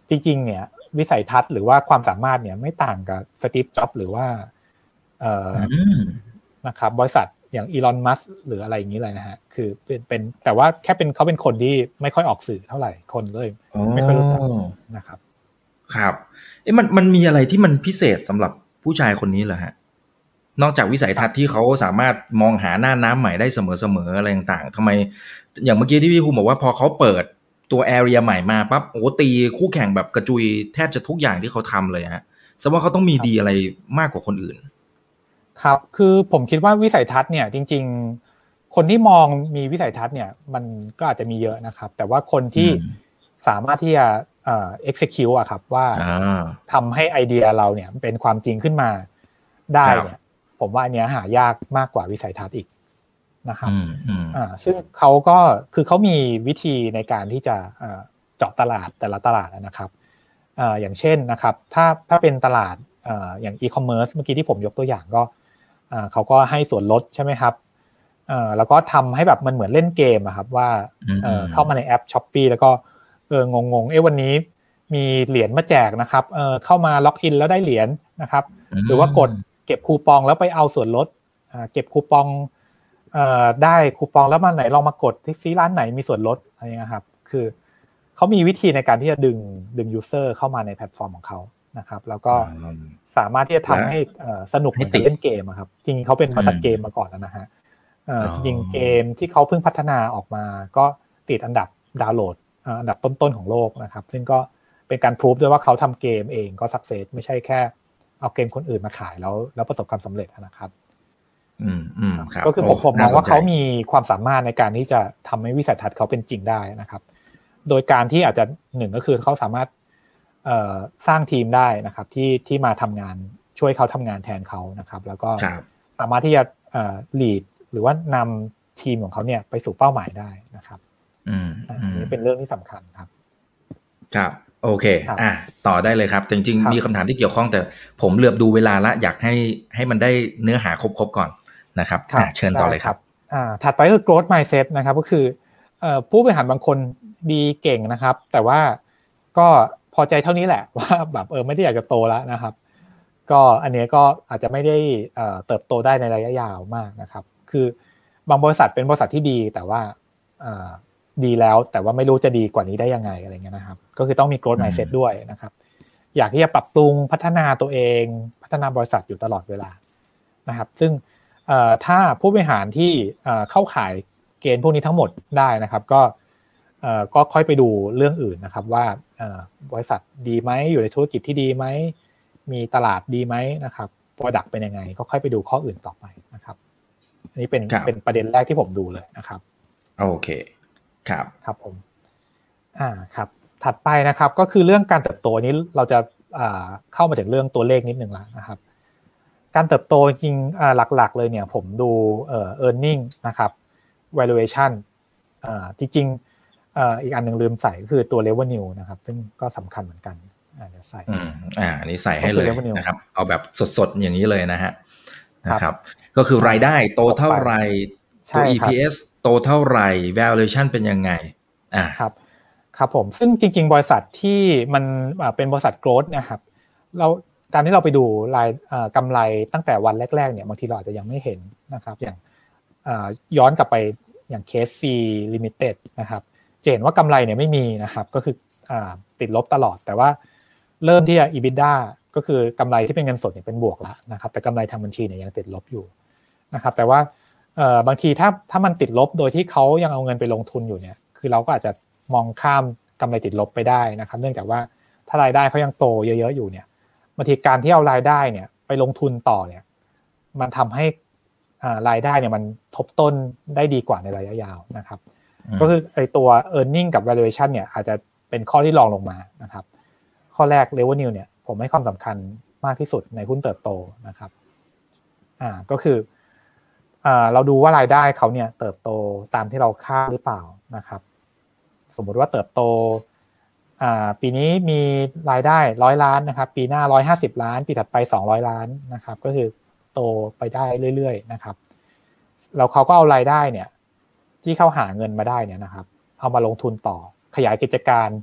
จริงๆเนี่ยวิสัยทัศน์หรือว่าความสามารถเนี่ยไม่ต่างกับสตีฟจ็อบส์หรือว่าเอ่อนะครับบริษัทอย่างอีลอนมัสก์หรืออะไรอย่างนี้เลยนะฮะคือเป็นเป็นแต่ว่าแค่เป็นเขาเป็นคนที่ไม่ค่อยออกสื่อเท่าไหร่คนเลยไม่ค่อยรู้จักนะครับครับเอ๊ะมันมันมีอะไรที่มันพิเศษสำหรับผู้ชายคนนี้เหรอฮะนอกจากวิสัยทัศน์ที่เขาสามารถมองหาหน้าน้ำใหม่ได้เสมอๆอะไรต่างๆทำไมอย่างเมื่อกี้ที่พี่ภูมิบอกว่าพอเขาเปิดตัวแอเรียใหม่มาปั๊บโอ้ตีคู่แข่งแบบกระจุยแทบจะทุกอย่างที่เขาทำเลยฮะแสดงว่าเขาต้องมีดีอะไรมากกว่าคนอื่นครับคือผมคิดว่าวิสัยทัศน์เนี่ยจริงๆคนที่มองมีวิสัยทัศน์เนี่ยมันก็อาจจะมีเยอะนะครับแต่ว่าคนที่สามารถที่จะเอ่อ execute อะครับว่าทำให้ไอเดียเราเนี่ยเป็นความจริงขึ้นมาได้เนี่ยผมว่าอันเนี้ยหายากมากกว่าวิสัยทัศน์อีกนะครับอ่าซึ่งเขาก็คือเขามีวิธีในการที่จะเอ่อเจาะตลาดแต่ละตลาดนะครับเอ่ออย่างเช่นนะครับถ้าถ้าเป็นตลาดเอ่ออย่างอีคอมเมิร์ซเมื่อกี้ที่ผมยกตัวอย่างก็อ่าเขาก็ให้ส่วนลดใช่ไหมครับเอ่อแล้วก็ทำให้แบบมันเหมือนเล่นเกมอะครับว่าเอ่อเข้ามาในแอป Shopee แล้วก็เอองงๆเอ๊ะวันนี้มีเหรียญมาแจกนะครับเอ่อเข้ามาล็อกอินแล้วได้เหรียญนะครับหรือว่ากดเก็บคูปองแล้วไปเอาส่วนลดอ่าเก็บคูปองเอ่อได้คูปองแล้วมาไหนลองมากดที่ซีร้านไหนมีส่วนลดอะไรเงี้ยครับคือเขามีวิธีในการที่จะดึงดึงยูเซอร์เข้ามาในแพลตฟอร์มของเขานะครับแล้วก็สามารถที่จะทำให้สนุกเหมือนเล่นเกมครับจริงๆเขาเป็นบริษัทเกมมาก่อนนะฮะจริงๆเกมที่เขาเพิ่งพัฒนาออกมาก็ติดอันดับดาวน์โหลดอันดับต้นๆของโลกนะครับซึ่งก็เป็นการพิสูจด้วยว่าเขาทำเกมเองก็สักเซสไม่ใช่แค่เอาเกมคนอื่นมาขายแล้วแล้วประสบความสำเร็จนะครับอืมอืมครับก็คือผมผมมองว่าเขามีความสามารถในการที่จะทำให้วิสัยทัศน์เขาเป็นจริงได้นะครับโดยการที่อาจจะหนึ่งก็คือเขาสามารถสร้างทีมได้นะครับที่ที่มาทำงานช่วยเขาทำงานแทนเขานะครับแล้วก็สามารถที่จะลีดหรือว่านำทีมของเขาเนี่ยไปสู่เป้าหมายได้นะครับอืมอันนี้เป็นเรื่องที่สำคัญครับครับโอเคอ่ะต่อได้เลยครับจริงๆมีคำถามที่เกี่ยวข้องแต่ผมเหลือบดูเวลาละอยากให้ให้มันได้เนื้อหาครบๆก่อนนะครับเชิญต่อเลยครับอ่าถัดไปคือ growth mindset นะครับก็คือผู้บริหารบางคนดีเก่งนะครับแต่ว่าก็พอใจเท่านี้แหละว่าแบบเออไม่ได้อยากจะโตแล้วนะครับก็อันนี้ก็อาจจะไม่ได้เติบโตได้ในระยะยาวมากนะครับคือบางบริษัทเป็นบริษัทที่ดีแต่ว่าดีแล้วแต่ว่าไม่รู้จะดีกว่านี้ได้ยังไงอะไรเงี้ยนะครับก็คือต้องมี growth mindset ด้วยนะครับอยากที่จะปรับปรุงพัฒนาตัวเองพัฒนาบริษัทอยู่ตลอดเวลานะครับซึ่งถ้าผู้บริหารที่เข้าข่ายเกณฑ์พวกนี้ทั้งหมดได้นะครับก็ก็ค่อยไปดูเรื่องอื่นนะครับว่าบริษัทดีไหมอยู่ในธุรกิจที่ดีไหมมีตลาดดีไหมนะครับ product เป็นยังไงก็ค่อยไปดูข้ออื่นต่อไปนะครับอันนี้เป็นเป็นประเด็นแรกที่ผมดูเลยนะครับโอเคครับครับผมอ่าครับถัดไปนะครับก็คือเรื่องการเติบโตนี้เราจะเข้ามาถึงเรื่องตัวเลขนิดนึงแล้วนะครับการเติบโตจริงหลักๆเลยเนี่ยผมดูเอ่อ earning นะครับ valuation อ่าจริงๆอีกอันนึงลืมใส่ก็คือตัว revenue นะครับซึ่งก็สำคัญเหมือนกันอ่าเดี๋ยวใส่อ่านี่ใส่ให้เลยนะครับเอาแบบสดๆอย่างนี้เลยนะฮะนะครับก็คือรายได้โตเท่าไหร่ตัว อี พี เอส โตเท่าไหร่ valuation เป็นยังไงอ่าครับครับผมซึ่งจริงๆบริษัทที่มันเป็นบริษัท growth นะครับเราการที่เราไปดูรายกำไรตั้งแต่วันแรกๆเนี่ยบางทีเราอาจจะยังไม่เห็นนะครับอย่างย้อนกลับไปอย่าง เค เอส ซี Limited นะครับจะเห็นว่ากำไรเนี่ยไม่มีนะครับก็คือติดลบตลอดแต่ว่าเริ่มที่จะ EBITDA ก็คือกำไรที่เป็นเงินสดเนี่ยเป็นบวกแล้วนะครับแต่กำไรทางบัญชีเนี่ยยังติดลบอยู่นะครับแต่ว่าบางทีถ้าถ้ามันติดลบโดยที่เขายังเอาเงินไปลงทุนอยู่เนี่ยคือเราก็อาจจะมองข้ามกำไรติดลบไปได้นะครับเนื่องจากว่าถ้ารายได้เขายังโตเยอะๆอยู่เนี่ยบางทีการที่เอารายได้เนี่ยไปลงทุนต่อเนี่ยมันทำให้รายได้เนี่ยมันทบต้นได้ดีกว่าในระยะยาวนะครับก็คือไอ้ตัว earning กับ valuation เนี่ยอาจจะเป็นข้อที่รองลงมานะครับข้อแรก revenue เนี่ยผมให้ความสำคัญมากที่สุดในหุ้นเติบโตนะครับอ่าก็คืออ่าเราดูว่ารายได้เขาเนี่ยเติบโตตามที่เราคาดหรือเปล่านะครับสมมุติว่าเติบโตอ่าปีนี้มีรายได้หนึ่งร้อยล้านนะครับปีหน้าหนึ่งร้อยห้าสิบล้านปีถัดไปสองร้อยล้านนะครับก็คือโตไปได้เรื่อยๆนะครับแล้วเขาก็เอารายได้เนี่ยที่เขาหาเงินมาได้เนี่ยนะครับเอามาลงทุนต่อขยายกิจการ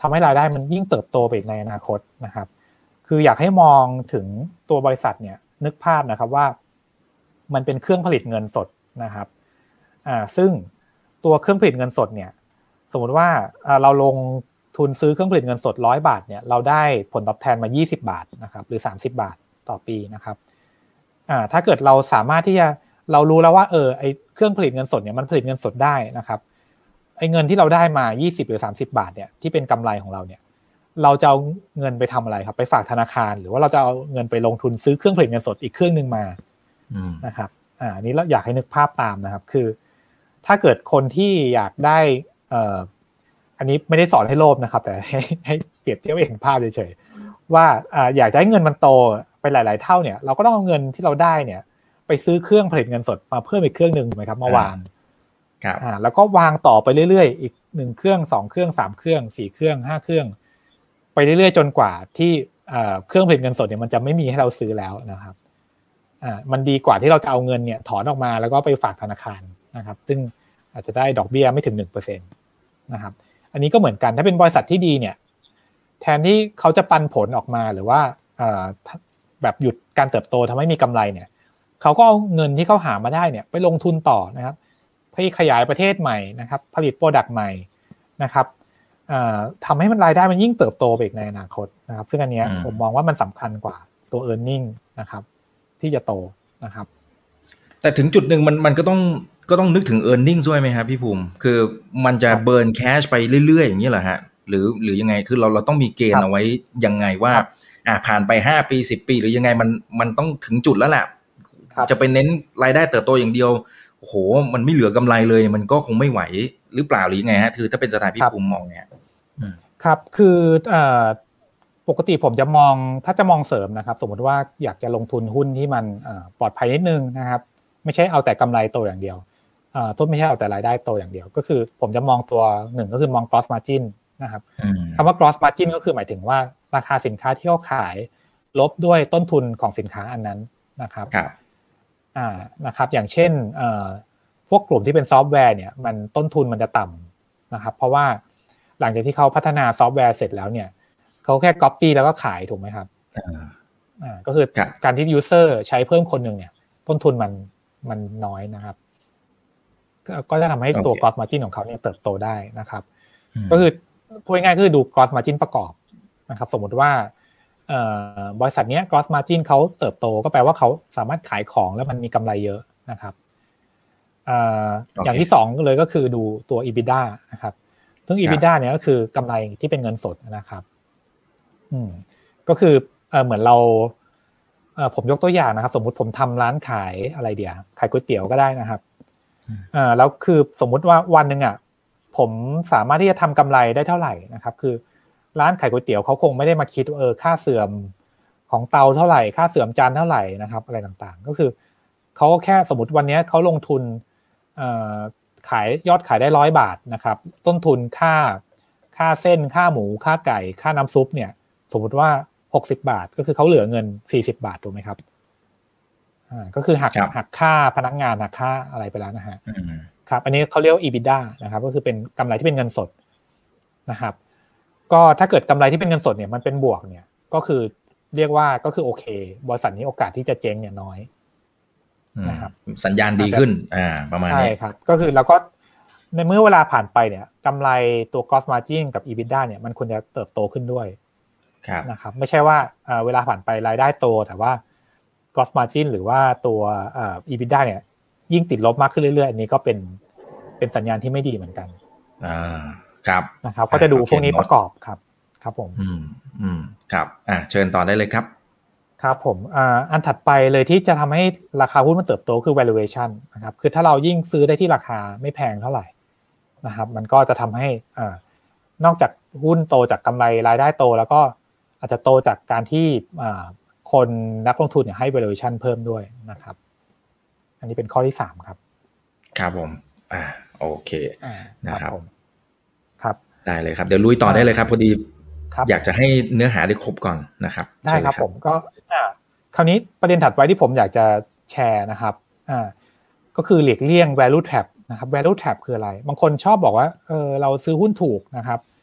ทำให้รายได้มันยิ่งเติบโตไปอีกในอนาคตนะครับคืออยากให้มองถึงตัวบริษัทเนี่ยนึกภาพนะครับว่ามันเป็นเครื่องผลิตเงินสดนะครับอ่าซึ่งตัวเครื่องผลิตเงินสดเนี่ยสมมุติว่าเราลงทุนซื้อเครื่องผลิตเงินสดหนึ่งร้อยบาทเนี่ยเราได้ผลตอบแทนมายี่สิบบาทนะครับหรือสามสิบบาทต่อปีนะครับอ่าถ้าเกิดเราสามารถที่จะเรารู้แล้วว่าเออไอเครื่องผลิตเงินสดเนี่ยมันผลิตเงินสดได้นะครับไอเงินที่เราได้มายี่สิบหรือสามสิบบาทเนี่ยที่เป็นกำไรของเราเนี่ยเราจะเอาเงินไปทำอะไรครับไปฝากธนาคารหรือว่าเราจะเอาเงินไปลงทุนซื้อเครื่องผลิตเงินสดอีกเครื่องนึงมานะครับอ่านี้เราอยากให้นึกภาพตามนะครับคือถ้าเกิดคนที่อยากได้เอ่ออันนี้ไม่ได้สอนให้โลภนะครับแต่ให้ให้เปรียบเทียบให้เห็นภาพเฉยๆว่าอ่าอยากจะให้เงินมันโตไปหลายๆเท่าเนี่ยเราก็ต้องเอาเงินที่เราได้เนี่ยไปซื้อเครื่องผลิตเงินสดมาเพิ่มอีกเครื่องนึงถูกมั้ยครับมาวางครับอ่าแล้วก็วางต่อไปเรื่อยๆอีกหนึ่งเครื่องสองเครื่องสามเครื่องสี่เครื่องห้าเครื่องไปเรื่อยๆจนกว่าที่เอ่อเครื่องผลิตเงินสดเนี่ยมันจะไม่มีให้เราซื้อแล้วนะครับอ่ามันดีกว่าที่เราจะเอาเงินเนี่ยถอนออกมาแล้วก็ไปฝากธนาคารนะครับซึ่งอาจจะได้ดอกเบี้ยไม่ถึง หนึ่งเปอร์เซ็นต์ นะครับอันนี้ก็เหมือนกันถ้าเป็นบริษัทที่ดีเนี่ยแทนที่เขาจะปันผลออกมาหรือว่าเอ่อแบบหยุดการเติบโตทำให้มีกำไรเนี่ยเขาก็เอาเงินที่เขาหามาได้เนี่ยไปลงทุนต่อนะครับเพื่อขยายประเทศใหม่นะครับผลิตโปรดักต์ใหม่นะครับเอ่อทำให้มันรายได้มันยิ่งเติบโตไปอีกในอนาคตนะครับซึ่งอันเนี้ยผมมองว่ามันสำคัญกว่าตัว earning นะครับที่จะโตนะครับแต่ถึงจุดหนึ่งมันมันก็ต้องก็ต้องนึกถึง earning ด้วยไหมครับพี่ภูมิคือมันจะ burn cash ไปเรื่อยๆอย่างนี้เหรอฮะหรือหรือยังไงคือเราเราต้องมีเกณฑ์เอาไว้ยังไงว่าอ่าผ่านไปห้าปีสิบปีหรือยังไงมันมันต้องถึงจุดแล้วแหละจะไปเน้นรายได้เติบโตอย่างเดียวโอ้โหมันไม่เหลือกำไรเลยมันก็คงไม่ไหวหรือเปล่าหรือยังไงฮะคือถ้าเป็นสไตล์พี่ภูมิมองเนี่ยครับคือเอ่อปกติผมจะมองถ้าจะมองเสริมนะครับสมมติว่าอยากจะลงทุนหุ้นที่มันปลอดภัยนิดนึงนะครับไม่ใช่เอาแต่กำไรโตอย่างเดียวอ่าต้นไม่ใช่เอาแต่รายได้โตอย่างเดียวก็คือผมจะมองตัวหนึ่งก็คือมอง gross margin นะครับคำว่า gross margin ก็คือหมายถึงว่าราคาสินค้าที่เขาขายลบด้วยต้นทุนของสินค้าอันนั้นนะครับอ่านะครับอย่างเช่นเอ่อพวกกลุ่มที่เป็นซอฟต์แวร์เนี่ยมันต้นทุนมันจะต่ำนะครับเพราะว่าหลังจากที่เขาพัฒนาซอฟต์แวร์เสร็จแล้วเนี่ยเขาแค่ copy แล้วก็ขายถูกไหมครับอ่าก็คือการที่ user ใช้เพิ่มคนหนึ่งเนี่ยต้นทุนมันมันน้อยนะครับก็จะทำให้ตัว gross margin ของเขาเนี่ยเติบโตได้นะครับก็คือพูดง่ายๆคือดู gross margin ประกอบนะครับสมมติว่าบริษัทนี้ gross margin เขาเติบโตก็แปลว่าเขาสามารถขายของแล้วมันมีกำไรเยอะนะครับอย่างที่สองเลยก็คือดูตัว EBITDA นะครับซึ่ง EBITDA เนี่ยก็คือกำไรที่เป็นเงินสดนะครับอืมก็คือเหมือนเราผมยกตัวอย่างนะครับสมมุติผมทำร้านขายอะไรเดียวขายก๋วยเตี๋ยวก็ได้นะครับอ่าแล้วคือสมมุติว่าวันนึงอ่ะผมสามารถที่จะทำกำไรได้เท่าไหร่นะครับคือร้านขายก๋วยเตี๋ยวเขาคงไม่ได้มาคิดว่าเออค่าเสื่อมของเตาเท่าไหร่ค่าเสื่อมจานเท่าไหร่นะครับอะไรต่างๆก็คือเขาแค่สมมุติวันนี้เขาลงทุนเอ่อขายยอดขายได้ร้อยบาทนะครับต้นทุนค่าค่าเส้นค่าหมูค่าไก่ค่าน้ำซุปเนี่ยสมมุติว่าหกสิบบาทก็คือเขาเหลือเงินสี่สิบบาทถูกไหมครับอ่าก็คือหักหักค่าพนักงานหักค่าอะไรไปแล้วนะฮะครับอันนี้เขาเรียกว่า EBITDA นะครับก็คือเป็นกำไรที่เป็นเงินสดนะครับก็ถ้าเกิดกำไรที่เป็นเงินสดเนี่ยมันเป็นบวกเนี่ยก็คือเรียกว่าก็คือโอเคบริษัทนี้โอกาสที่จะเจ๊งเนี่ยน้อยนะครับสัญญาณดีขึ้นอ่าประมาณนี้ใช่ครับก็คือแล้วก็ในเมื่อเวลาผ่านไปเนี่ยกำไรตัว gross margin กับ EBITDA เนี่ยมันควรจะเติบโตขึ้นด้วยนะครับไม่ใช่ว่าเวลาผ่านไปรายได้โตแต่ว่า gross margin หรือว่าตัว EBITDA เนี่ยยิ่งติดลบมากขึ้นเรื่อยๆอันนี้ก็เป็นเป็นสัญญาณที่ไม่ดีเหมือนกันอ่าครับนะครับก็จะดูพวกนี้ประกอบครับครับผมอืมอืมครับอ่ะเชิญต่อได้เลยครับครับผมอ่าอันถัดไปเลยที่จะทำให้ราคาหุ้นมันเติบโตคือ valuation นะครับคือถ้าเรายิ่งซื้อได้ที่ราคาไม่แพงเท่าไหร่นะครับมันก็จะทำให้อ่านอกจากหุ้นโตจากกำไรรายได้โตแล้วก็อาจจะโตจากการที่อ่าคนนักลงทุนเนี่ยให้ valuation เพิ่มด้วยนะครับอันนี้เป็นข้อที่สามครับครับผมอ่าโอเคนะครับครับได้เลยครับเดี๋ยวลุยต่อได้เลยครับพอดีอยากจะให้เนื้อหาได้ครบก่อนนะครับได้ครับผมก็คราวนี้ประเด็นถัดไปที่ผมอยากจะแชร์นะครับอ่าก็คือหลีกเลี่ยง value trap นะครับ value trap คืออะไรบางคนชอบบอกว่าเออเราซื้อหุ้นถูกนะครับ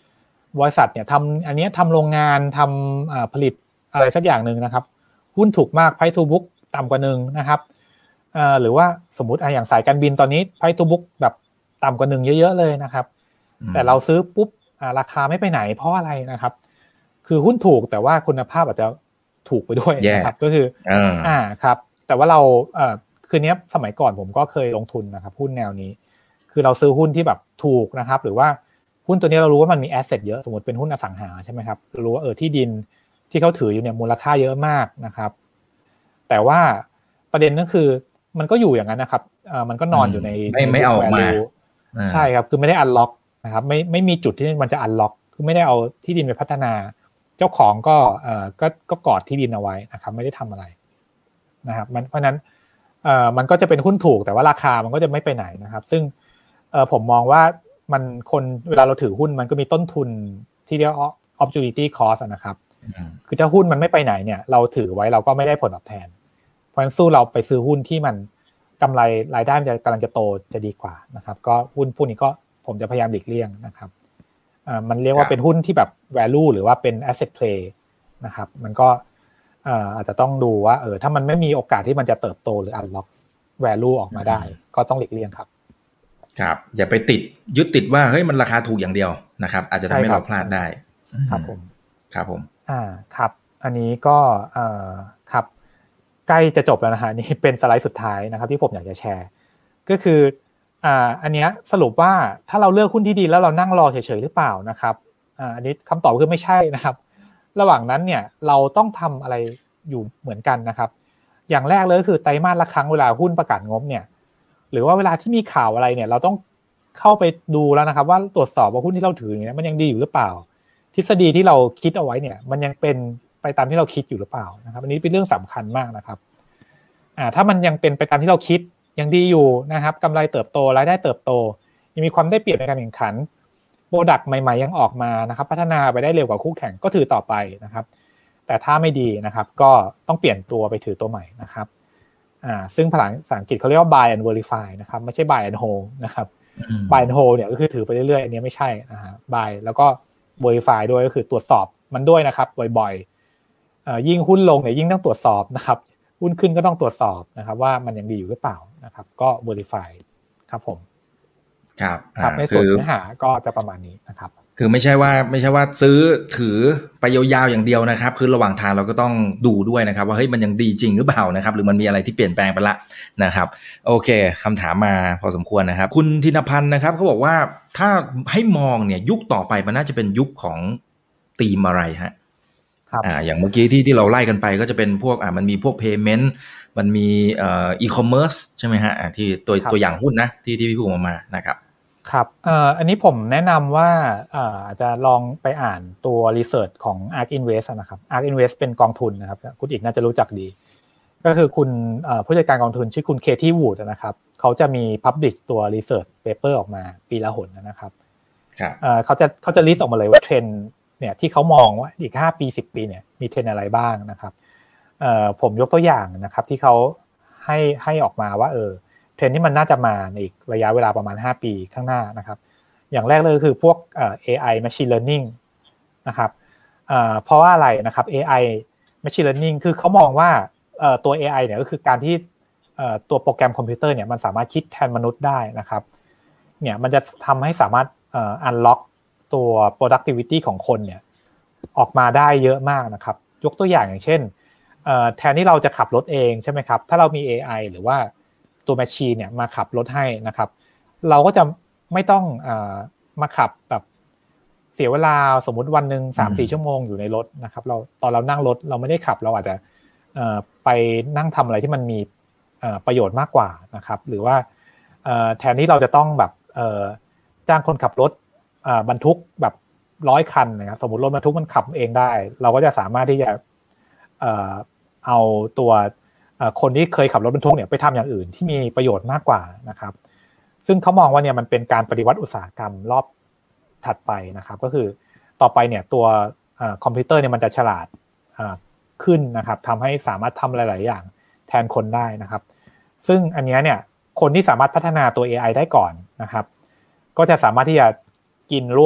บริษัทเนี่ยทำอันนี้ทำโรงงานทำผลิตอะไรสักอย่างนึงนะครับหุ้นถูกมาก price to book ต่ำกว่าหนึ่งนะครับหรือว่าสมมุติอย่างสายการบินตอนนี้ price to book แบบต่ำกว่าหนึ่งเยอะๆเลยนะครับแต่เราซื้อปุ๊บราคาไม่ไปไหนเพราะอะไรนะครับคือหุ้นถูกแต่ว่าคุณภาพอาจจะถูกไปด้วย yeah. นะครับก็คืออ่าครับแต่ว่าเราเอ่อคืนนี้สมัยก่อนผมก็เคยลงทุนนะครับหุ้นแนวนี้คือเราซื้อหุ้นที่แบบถูกนะครับหรือว่าหุ้นตัวนี้เรารู้ว่ามันมีแอสเซทเยอะสมมติเป็นหุ้นอสังหาใช่ไหมครับรู้ว่าเออที่ดินที่เขาถืออยู่เนี่ยมูลค่าเยอะมากนะครับแต่ว่าประเด็นก็คือมันก็อยู่อย่างนั้นนะครับเอ่อมันก็นอนอยู่ในไม่ไม่เอาออกมาใช่ครับคือไม่ได้อันล็อกนะครับไม่ไม่มีจุดที่มันจะอันล็อกคือไม่ได้เอาที่ดินไปพัฒนาเจ้าของก็เอ่อก็ก็กอดที่ดินเอาไว้นะครับไม่ได้ทำอะไรนะครับมันเพราะนั้นเอ่อมันก็จะเป็นหุ้นถูกแต่ว่าราคามันก็จะไม่ไปไหนนะครับซึ่งเอ่อผมมองว่ามันคนเวลาเราถือหุ้นมันก็มีต้นทุนที่เรียกว่า opportunity cost นะครับคือถ้าหุ้นมันไม่ไปไหนเนี่ยเราถือไว้เราก็ไม่ได้ผลตอบแทนเพราะฉะนั้นสู้เราไปซื้อหุ้นที่มันกำไรรายได้มันจะกำลังจะโตจะดีกว่านะครับก็หุ้นพวกนี้ก็ผมจะพยายามหลีกเลี่ยงนะครับอ่ามันเรียกว่าเป็นหุ้นที่แบบ value หรือว่าเป็น asset play นะครับมันก็อ่าอาจจะต้องดูว่าเออถ้ามันไม่มีโอกาสที่มันจะเติบโตหรือ unlock value ออกมาได้ก็ต้องหลีกเลี่ยงครับครับอย่าไปติดยึดติดว่าเฮ้ยมันราคาถูกอย่างเดียวนะครับอาจจะทำให้เราพลาดได้ครับผมครับผมอ่าครับอันนี้ก็เอ่อครับใกล้จะจบแล้วนะฮะนี่เป็นสไลด์สุดท้ายนะครับที่ผมอยากจะแชร์ก็คืออ่าอันเนี้ยสรุปว่าถ้าเราเลือกหุ้นที่ดีแล้วเรานั่งรอเฉยๆหรือเปล่านะครับอ่าอันนี้คำตอบคือไม่ใช่นะครับระหว่างนั้นเนี่ยเราต้องทำอะไรอยู่เหมือนกันนะครับอย่างแรกเลยคือไตรมาสละครั้งเวลาหุ้นประกาศงบเนี่ยหรือว่าเวลาที่มีข่าวอะไรเนี่ยเราต้องเข้าไปดูแล้วนะครับว่าตรวจสอบว่าหุ้นที่เราถือเนี่ยมันยังดีอยู่หรือเปล่าทฤษฎีที่เราคิดเอาไว้เนี่ยมันยังเป็นไปตามที่เราคิดอยู่หรือเปล่านะครับอันนี้เป็นเรื่องสำคัญมากนะครับอ่าถ้ามันยังเป็นไปตามที่เราคิดยังดีอยู่นะครับกำไรเติบโตรายได้เติบโตยังมีความได้เปรียบในการแข่งขันโปรดักต์ใหม่ๆยังออกมานะครับพัฒนาไปได้เร็วกว่าคู่แข่งก็ถือต่อไปนะครับแต่ถ้าไม่ดีนะครับก็ต้องเปลี่ยนตัวไปถือตัวใหม่นะครับอ่าซึ่งภาษาอังกฤษเขาเรียกว่า buy and verify นะครับไม่ใช่ buy and hold นะครับ buy and hold เนี่ยก็คือถือไปเรื่อยๆอันนี้ไม่ใช่นะฮะ buy แล้วก็ verify ด้วยก็คือตรวจสอบมันด้วยนะครับบ่อยๆเอ่อยิ่งหุ้นลงเนี่ยยิ่งต้องตรวจสอบนะครับหุ้นขึ้นก็ต้องตรวจสอบนะครับว่ามันยังดีอยู่หรือเปล่านะครับก็ verify ครับผมครับครับในส่วนเนื้อหาก็จะประมาณนี้นะครับคือไม่ใช่ว่าไม่ใช่ว่าซื้อถือไปยาวๆอย่างเดียวนะครับคือระหว่างทางเราก็ต้องดูด้วยนะครับว่าเฮ้ยมันยังดีจริงหรือเปล่านะครับหรือมันมีอะไรที่เปลี่ยนแปลงไปละนะครับโอเคคำถามมาพอสมควรนะครับคุณธินพันธ์นะครับเขาบอกว่าถ้าให้มองเนี่ยยุคต่อไปมันน่าจะเป็นยุคของธีมอะไรฮะครับอ่าอย่างเมื่อกี้ที่ที่เราไล่กันไปก็จะเป็นพวกอ่ามันมีพวก payment มันมีเอ่อ e-commerce ใช่ไหมฮะอ่าที่ตัวตัวอย่างหุ้นนะที่ที่พี่พูดออกมานะครับครับเอ่ออันนี้ผมแนะนำว่าเอ่ออาจจะลองไปอ่านตัว research ของ Ark Invest นะครับ Ark Invest เป็นกองทุนนะครับคุณอีกน่าจะรู้จักดีก็คือคุณเอ่อผู้จัดการกองทุนชื่อคุณเคที่วูดนะครับเขาจะมี publish ตัว research paper ออกมาปีละหนนะครับครับเอ่อเขาจะเขาจะ list ออกมาเลยว่าเทรนด์เนี่ยที่เขามองว่าอีกห้าปีสิบปีเนี่ยมีเทรนด์อะไรบ้างนะครับเอ่อผมยกตัวอย่างนะครับที่เขาให้ให้ออกมาว่าเออเทรนด์ที่มันน่าจะมาในอีกระยะเวลาประมาณห้าปีข้างหน้านะครับอย่างแรกเลยคือพวกเอ่อ เอ ไอ machine learning นะครับเอ่อเพราะว่าอะไรนะครับ เอ ไอ machine learning คือเขามองว่าเอ่อตัว เอ ไอ เนี่ยก็คือการที่เอ่อตัวโปรแกรมคอมพิวเตอร์เนี่ยมันสามารถคิดแทนมนุษย์ได้นะครับเนี่ยมันจะทำให้สามารถเอ่อ unlock ตัว productivity ของคนเนี่ยออกมาได้เยอะมากนะครับยกตัวอย่างอย่างเช่นเอ่อแทนที่เราจะขับรถเองใช่ไหมครับถ้าเรามี เอ ไอ หรือว่าตัวแมชชีนเนี่ยมาขับรถให้นะครับเราก็จะไม่ต้องเอ่อมาขับแบบเสียเวลาสมมุติวันนึง สามถึงสี่ ชั่วโมงอยู่ในรถนะครับเราตอนเรานั่งรถเราไม่ได้ขับเราอาจจะเอ่อไปนั่งทำอะไรที่มันมีเอ่อประโยชน์มากกว่านะครับหรือว่าเอ่อแทนที่เราจะต้องแบบเอ่อจ้างคนขับรถเอ่อบรรทุกแบบร้อยคันนะครับสมมุติรถบรรทุกมันขับเองได้เราก็จะสามารถที่จะเอ่อเอาตัวคนที่เคยขับรถบรรทุกเนี่ยไปทำอย่างอื่นที่มีประโยชน์มากกว่านะครับซึ่งเขามองว่าเนี่ยมันเป็นการปฏิวัติอุตสาหกรรมรอบถัดไปนะครับก็คือต่อไปเนี่ยตัวคอมพิวเตอร์เนี่ยมันจะฉลาดขึ้นนะครับทำให้สามารถทำหลายๆอย่างแทนคนได้นะครับซึ่งอันนี้เนี่ยคนที่สามารถพัฒนาตัว เอ ไอ ได้ก่อนนะครับก็จะสามารถที่จะกินรวบ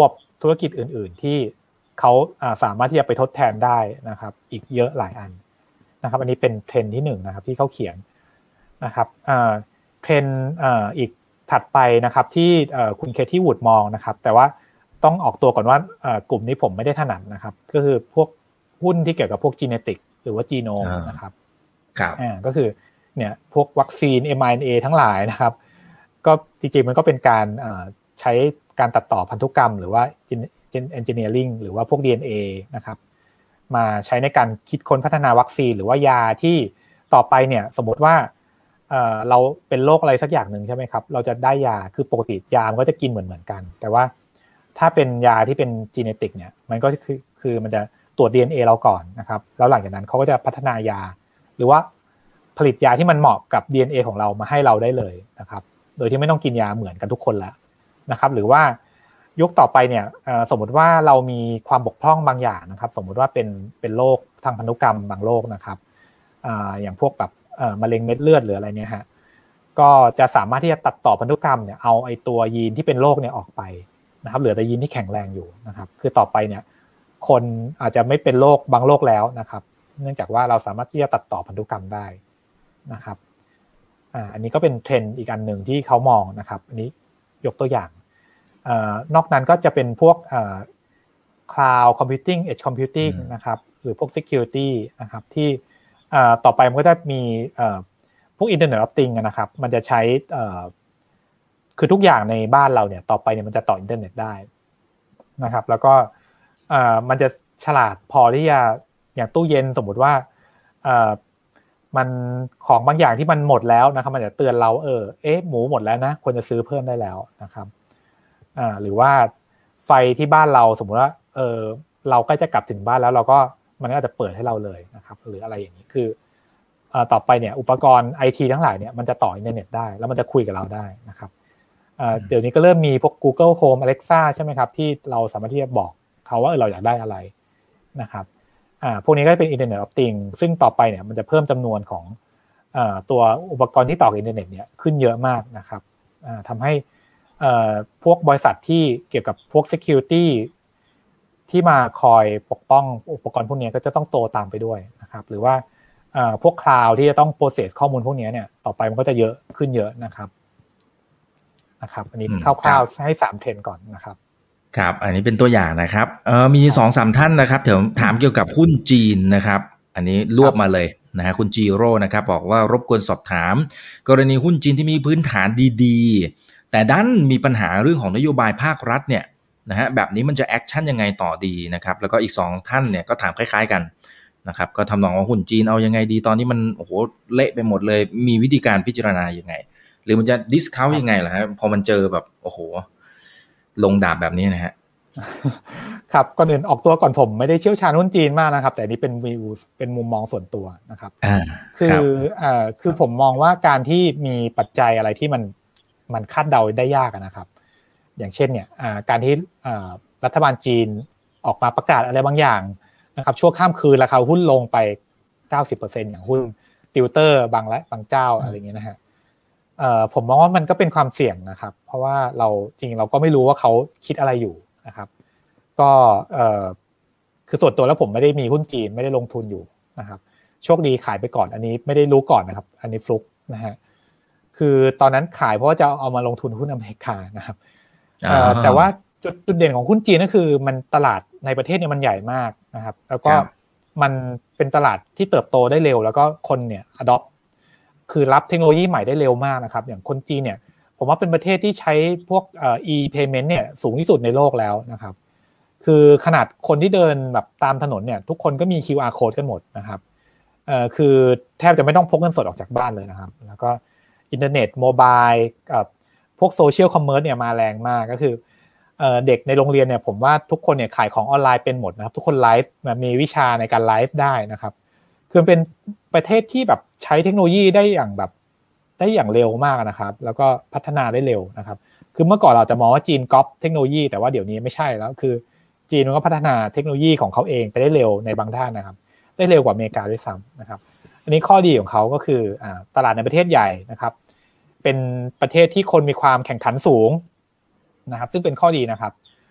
ธุรกิจอื่นๆที่เขาสามารถที่จะไปทดแทนได้นะครับอีกเยอะหลายอันนะครับอันนี้เป็นเทรนด์ที่หนึ่งนะครับที่เขาเขียนนะครับเทรนด์อีกถัดไปนะครับที่คุณเคที่วูดมองนะครับแต่ว่าต้องออกตัวก่อนว่ากลุ่มนี้ผมไม่ได้ถนัดนะครับก็คือพวกหุ้นที่เกี่ยวกับพวกจีเนติกหรือว่าจีโนมนะครับครับอ่าก็คือเนี่ยพวกวัคซีน เอ็ม อาร์ เอ็น เอ ทั้งหลายนะครับก็จริงๆมันก็เป็นการใช้การตัดต่อพันธุกรรมหรือว่า engineering หรือว่าพวก ดี เอ็น เอ นะครับมาใช้ในการคิดค้นพัฒนาวัคซีนหรือว่ายาที่ต่อไปเนี่ยสมมติว่าเอ่อเราเป็นโรคอะไรสักอย่างนึงใช่ไหมครับเราจะได้ยาคือปกติยามันก็จะกินเหมือนๆกันแต่ว่าถ้าเป็นยาที่เป็นจีเนติกเนี่ยมันก็คือคือมันจะตรวจ ดี เอ็น เอ เราก่อนนะครับแล้วหลังจากนั้นเขาก็จะพัฒนายาหรือว่าผลิตยาที่มันเหมาะกับ ดี เอ็น เอ ของเรามาให้เราได้เลยนะครับโดยที่ไม่ต้องกินยาเหมือนกันทุกคนแล้วนะครับหรือว่ายุคต่อไปเนี่ยสมมุติว่าเรามีความบกพร่องบางอย่างนะครับสมมุติว่าเป็นเป็นโรคทางพันธุกรรมบางโรคนะครับอ่าอย่างพวกแบบเอ่อมะเร็งเม็ดเลือดหรืออะไรเนี่ยฮะก็จะสามารถที่จะตัดต่อพันธุกรรมเนี่ยเอาไอ้ตัวยีนที่เป็นโรคเนี่ยออกไปนะครับเหลือแต่ยีนที่แข็งแรงอยู่นะครับคือต่อไปเนี่ยคนอาจจะไม่เป็นโรคบางโรคแล้วนะครับเนื่องจากว่าเราสามารถที่จะตัดต่อพันธุกรรมได้นะครับอ่าอันนี้ก็เป็นเทรนด์อีกอันหนึ่งที่เขามองนะครับอันนี้ยกตัวอย่างเอ่อนอกนั้นก็จะเป็นพวกเอ่อ cloud computing edge computing นะครับหรือพวก security นะครับที่เอ่อต่อไปมันก็จะมีเอ่อพวก Internet of Things นะครับมันจะใช้เอ่อคือทุกอย่างในบ้านเราเนี่ยต่อไปเนี่ยมันจะต่ออินเทอร์เน็ตได้นะครับแล้วก็เอ่อมันจะฉลาดพอที่จะอย่างตู้เย็นสมมุติว่าเอ่อมันของบางอย่างที่มันหมดแล้วนะครับมันจะเตือนเราเออเอ๊ะหมูหมดแล้วนะควรจะซื้อเพิ่มได้แล้วนะครับอ่าหรือว่าไฟที่บ้านเราสมมุติว่าเออเราใกล้จะกลับถึงบ้านแล้วเราก็มันก็อาจจะเปิดให้เราเลยนะครับหรืออะไรอย่างนี้คือเอ่อต่อไปเนี่ยอุปกรณ์ ไอ ที ทั้งหลายเนี่ยมันจะต่ออินเทอร์เน็ตได้แล้วมันจะคุยกับเราได้นะครับเอ่อเดี๋ยวนี้ก็เริ่มมีพวก Google Home Alexa ใช่ไหมครับที่เราสามารถที่จะบอกเขาว่าเออเราอยากได้อะไรนะครับอ่าพวกนี้ก็เป็น Internet of Things ซึ่งต่อไปเนี่ยมันจะเพิ่มจำนวนของเอ่อตัวอุปกรณ์ที่ต่อกับอินเทอร์เน็ตเนี่ยขึ้นเยอะมากนะครับอ่าทำให้เอ่อพวกบริษัทที่เกี่ยวกับพวก security ที่มาคอยปกป้องอุปกรณ์พวกนี้ก็จะต้องโตตามไปด้วยนะครับหรือว่าเอ่อพวก cloud ที่จะต้อง process ข้อมูลพวกนี้เนี่ยต่อไปมันก็จะเยอะขึ้นเยอะนะครับนะครับอันนี้คร่าวๆให้สามเทรนด์ก่อนนะครับครับอันนี้เป็นตัวอย่างนะครับเอ่อมี สองสาม ท่านนะครับเดี๋ยวถามเกี่ยวกับหุ้นจีนนะครับอันนี้รวบมาเลยนะฮะคุณจีโร่นะครับบอกว่ารบกวนสอบถามกรณีหุ้นจีนที่มีพื้นฐานดีๆแต่ดันมีปัญหาเรื่องของนโยบายภาครัฐเนี่ยนะฮะแบบนี้มันจะแอคชั่นยังไงต่อดีนะครับแล้วก็อีกสองท่านเนี่ยก็ถามคล้ายๆกันนะครับก็ทำนองว่าหุ้นจีนเอายังไงดีตอนนี้มันโอ้โหเละไปหมดเลยมีวิธีการพิจารณายังไงหรือมันจะดิสเคาท์ยังไงล่ะฮะพอมันเจอแบบโอ้โหลงดาบแบบนี้นะฮะครับก่อนอื่นออกตัวก่อนผมไม่ได้เชี่ยวชาญหุ้นจีนมากนะครับแต่นี่เป็นวิวเป็นมุมมองส่วนตัวนะครับคืออ่าคือผมมองว่าการที่มีปัจจัยอะไรที่มันมันคาดเดาได้ยากนะครับอย่างเช่นเนี่ยอ่าการที่อ่ารัฐบาลจีนออกมาประกาศอะไรบางอย่างนะครับชั่วข้ามคืนราคาหุ้นลงไป เก้าสิบเปอร์เซ็นต์ อย่างหุ้นติวเตอร์บางและบางเจ้าอะไรอย่างเงี้ยนะฮะเอ่อผมมองว่ามันก็เป็นความเสี่ยงนะครับเพราะว่าเราจริงเราก็ไม่รู้ว่าเขาคิดอะไรอยู่นะครับก็เอ่อคือส่วนตัวแล้วผมไม่ได้มีหุ้นจีนไม่ได้ลงทุนอยู่นะครับโชคดีขายไปก่อนอันนี้ไม่ได้รู้ก่อนนะครับอันนี้ฟลุกนะฮะคือตอนนั้นขายเพราะว่าจะเอามาลงทุนหุ้นอเมริกานะครับเอ่อแต่ว่าจุดจุดเด่นของหุ้นจีนก็คือมันตลาดในประเทศเนี่ยมันใหญ่มากนะครับแล้วก็มันเป็นตลาดที่เติบโตได้เร็วแล้วก็คนเนี่ย adopt คือรับเทคโนโลยีใหม่ได้เร็วมากนะครับอย่างคนจีนเนี่ยผมว่าเป็นประเทศที่ใช้พวกเอ่อ e-payment เนี่ยสูงที่สุดในโลกแล้วนะครับคือขนาดคนที่เดินแบบตามถนนเนี่ยทุกคนก็มี คิว อาร์ code กันหมดนะครับเอ่อคือแทบจะไม่ต้องพกเงินสดออกจากบ้านเลยนะครับแล้วก็อินเทอร์เน็ตโมบายกับพวกโซเชียลคอมเมิร์ซเนี่ยมาแรงมากก็คือเอ่อเด็กในโรงเรียนเนี่ยผมว่าทุกคนเนี่ยขายของออนไลน์เป็นหมดนะครับทุกคนไลฟ์มีวิชาในการไลฟ์ได้นะครับคือเป็นประเทศที่แบบใช้เทคโนโลยีได้อย่างแบบได้อย่างเร็วมากนะครับแล้วก็พัฒนาได้เร็วนะครับคือเมื่อก่อนเราจะมองว่าจีนก๊อปเทคโนโลยีแต่ว่าเดี๋ยวนี้ไม่ใช่แล้วคือจีนมันก็พัฒนาเทคโนโลยีของเขาเองไปได้เร็วในบางด้านนะครับได้เร็วกว่าอเมริกาด้วยซ้ำนะครับอันนี้ข้อดีของเขาก็คืออ่าตลาดในประเทศใหญ่นะครับเป็นประเทศที่คนมีความแข่งขันสูงนะครับซึ่งเป็นข้อดีนะครับ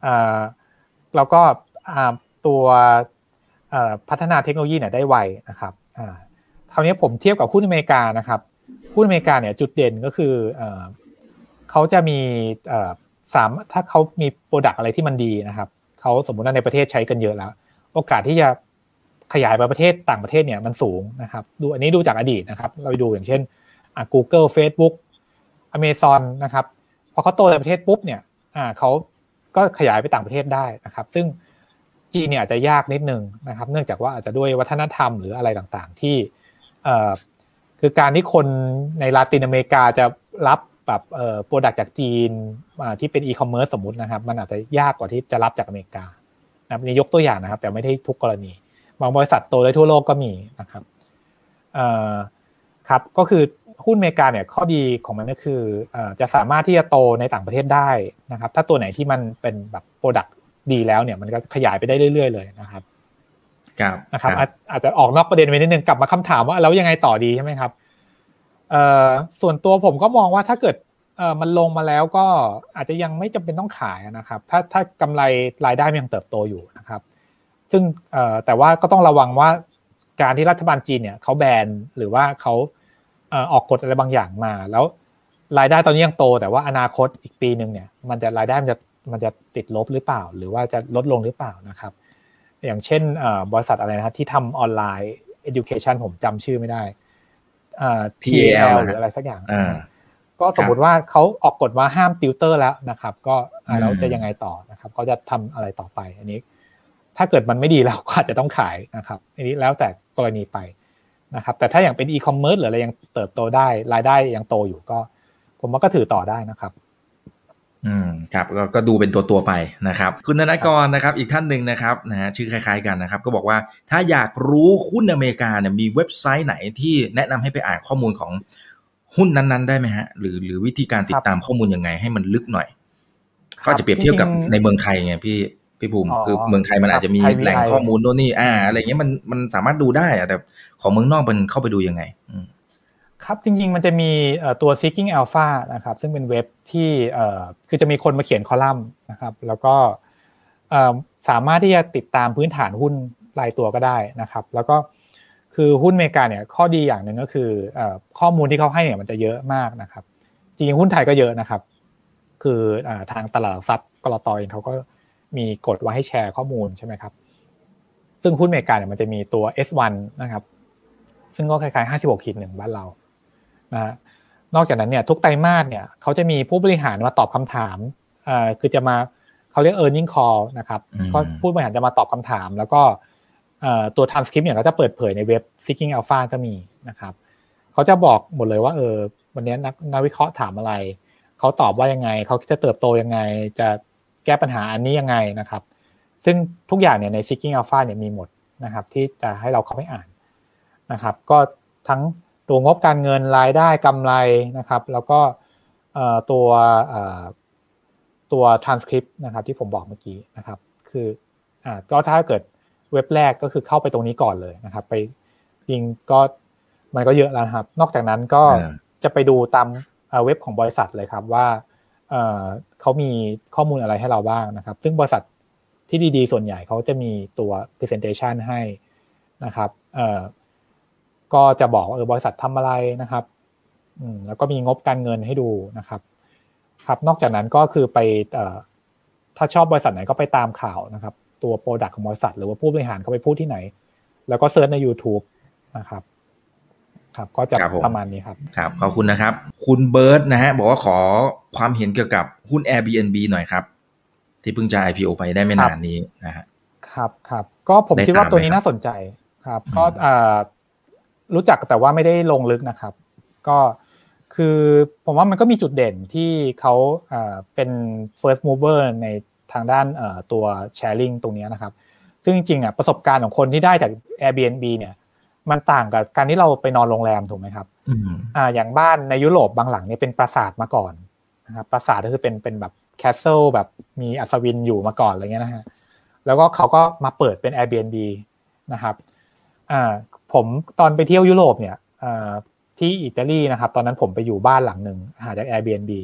อ่าแล้วก็อ่าตัวอ่าพัฒนาเทคโนโลยีเนี่ยได้ไวนะครับอ่าคราวนี้ผมเทียบกับหุ้นอเมริกานะครับหุ้นอเมริกาเนี่ยจุดเด่นก็คือเอ่อเขาจะมีเอ่อสามถ้าเขามีโปรดักต์อะไรที่มันดีนะครับเขาสมมุติว่าในประเทศใช้กันเยอะแล้วโอกาสที่จะขยายไปประเทศต่างประเทศเนี่ยมันสูงนะครับดูอันนี้ดูจากอดีตนะครับเราดูอย่างเช่นอ่า Google Facebook Amazon นะครับพอเขาโตในประเทศปุ๊บเนี่ยอ่าเขาก็ขยายไปต่างประเทศได้นะครับซึ่งจีนเนี่ยอาจจะยากนิดนึงนะครับเนื่องจากว่าอาจจะด้วยวัฒนธรรมหรืออะไรต่างๆที่เอ่อคือการที่คนในลาตินอเมริกาจะรับแบบเอ่อโปรดักต์จากจีนอ่าที่เป็นอีคอมเมิร์ซสมมุตินะครับมันอาจจะยากกว่าที่จะรับจากอเมริกานะครับนี่ยกตัวอย่างนะครับแต่ไม่ได้ทุกกรณีบางบริษัทโตได้ทั่วโลกก็มีนะครับเอ่อครับก็คือหุ้นอเมริกาเนี่ยข้อดีของมันก็คือเอ่อจะสามารถที่จะโตในต่างประเทศได้นะครับถ้าตัวไหนที่มันเป็นแบบโปรดักต์ดีแล้วเนี่ยมันก็ขยายไปได้เรื่อยๆเลยนะครับครับนะครับอาจจะออกนอกประเด็นไปนิดนึงกลับมาคำถามว่าแล้วยังไงต่อดีใช่ไหมครับเอ่อส่วนตัวผมก็มองว่าถ้าเกิดเอ่อมันลงมาแล้วก็อาจจะยังไม่จำเป็นต้องขายนะครับถ้าถ้ากำไรรายได้มันยังเติบโตอยู่นะครับซึ่งเอ่อแต่ว่าก็ต้องระวังว่าการที่รัฐบาลจีนเนี่ยเขาแบนหรือว่าเขาเอ่อออกกฎอะไรบางอย่างมาแล้วรายได้ตอนนี้ยังโตแต่ว่าอนาคตอีกปีนึงเนี่ยมันจะรายได้มันจะมันจะติดลบหรือเปล่าหรือว่าจะลดลงหรือเปล่านะครับอย่างเช่นเอ่อบริษัทอะไรนะครับที่ทำออนไลน์ education ผมจำชื่อไม่ได้เอ่อ ที เอ แอล หรืออะไรสักอย่างก็สมมุติว่าเขาออกกฎว่าห้ามติวเตอร์แล้วนะครับก็แล้วจะยังไงต่อนะครับเขาจะทำอะไรต่อไปอันนี้ถ้าเกิดมันไม่ดีแล้วก็อาจจะต้องขายนะครับอันนี้แล้วแต่กรณีไปนะครับแต่ถ้าอย่างเป็นอีคอมเมิร์ซหรืออะไรยังเติบโตได้รายได้ยังโตอยู่ก็ผมว่าก็ถือต่อได้นะครับอืมครับก็ก็ดูเป็นตัวตัวไปนะครับคุณธนกรนะครับอีกท่านหนึ่งนะครับนะฮะชื่อคล้ายๆกันนะครับก็บอกว่าถ้าอยากรู้หุ้นอเมริกาเนี่ยมีเว็บไซต์ไหนที่แนะนำให้ไปอ่านข้อมูลของหุ้นนั้นๆได้ไหมฮะหรือหรือวิธีการติดตามข้อมูลยังไงให้มันลึกหน่อยก็จะเปรียบเทียบกับในเมืองไทยไงพี่พี่ภูมิคือเมืองไทยมันอาจจะมีแหล่งข้อมูลโน่นนี่อ่าอะไรเงี้ยมันมันสามารถดูได้อะแต่ของเมืองนอกมันเข้าไปดูยังไงครับจริงๆมันจะมีตัว Seeking Alpha นะครับซึ่งเป็นเว็บที่คือจะมีคนมาเขียนคอลัมน์นะครับแล้วก็สามารถที่จะติดตามพื้นฐานหุ้นรายตัวก็ได้นะครับแล้วก็คือหุ้นอเมริกาเนี่ยข้อดีอย่างหนึ่งก็คือข้อมูลที่เขาให้เนี่ยมันจะเยอะมากนะครับจริงๆหุ้นไทยก็เยอะนะครับคือทางตลาดหลักทรัพย์กลต.เองเขาก็มีกฎไว้ให้แชร์ข้อมูลใช่ไหมครับซึ่งหุ้นอเมริกาเนี่ยมันจะมีตัว เอส วัน นะครับซึ่งก็คล้ายๆห้าสิบหก หนึ่งบ้านเรานะนอกจากนั้นเนี่ยทุกไตรมาสเนี่ยเขาจะมีผู้บริหารมาตอบคำถามเอ่อคือจะมาเขาเรียก earning call นะครับก็ผู้บริหารจะมาตอบคำถามแล้วก็เอ่อตัว transcript เนี่ยก็จะเปิดเผยในเว็บ Seeking Alpha ก็มีนะครับเขาจะบอกหมดเลยว่าเออวันนี้นักนักวิเคราะห์ถามอะไรเขาตอบว่ายังไงเขาจะเติบโตยังไงจะแก้ปัญหาอันนี้ยังไงนะครับซึ่งทุกอย่างเนี่ยใน Seeking Alpha เนี่ยมีหมดนะครับที่จะให้เราเข้าไปอ่านนะครับก็ทั้งตัวงบการเงินรายได้กำไรนะครับแล้วก็ตัวตัว transcript นะครับที่ผมบอกเมื่อกี้นะครับคืออ่าก็ถ้าเกิดเว็บแรกก็คือเข้าไปตรงนี้ก่อนเลยนะครับไปยิงก็มันก็เยอะแล้วครับนอกจากนั้นก็จะไปดูตามเว็บของบริษัทเลยครับว่าเอ่อเขามีข้อมูลอะไรให้เราบ้างนะครับซึ่งบริษัทที่ดีๆส่วนใหญ่เขาจะมีตัว presentation ให้นะครับเอ่อก็จะบอกว่าเออบริษัททำอะไรนะครับอืมแล้วก็มีงบการเงินให้ดูนะครับครับนอกจากนั้นก็คือไปเอ่อถ้าชอบบริษัทไหนก็ไปตามข่าวนะครับตัว product ของบริษัทหรือว่าผู้บริหารเขาไปพูดที่ไหนแล้วก็เซิร์ชใน YouTube นะครับครับก็จะประมาณนี้ครับครับขอบคุณนะครับคุณเบิร์ดนะฮะบอกว่าขอความเห็นเกี่ยวกับหุ้น Airbnb หน่อยครับที่เพิ่งจะ ไอ พี โอ ไปได้ไม่นานนี้นะฮะครับครับก็ผมคิดว่าตัวนี้น่าสนใจครับก็อ่ารู้จักแต่ว่าไม่ได้ลงลึกนะครับก็คือผมว่ามันก็มีจุดเด่นที่เขาอ่าเป็น first mover ในทางด้านเอ่อตัว sharing ตรงนี้นะครับซึ่งจริงๆอ่ะประสบการณ์ของคนที่ได้จาก Airbnb เนี่ยมันต่างกับการที่เราไปนอนโรงแรมถูกไหมครับอ่าอย่างบ้านในยุโรปบางหลังเนี่ยเป็นปราสาทมาก่อนนะครับปราสาทก็คือเป็นเป็นแบบแคสเซิลแบบมีอัศวินอยู่มาก่อนอะไรเงี้ยนะฮะแล้วก็เขาก็มาเปิดเป็น Airbnb นะครับอ่าผมตอนไปเที่ยวยุโรปเนี่ยอ่าที่อิตาลีนะครับตอนนั้นผมไปอยู่บ้านหลังนึงหาจาก Airbnb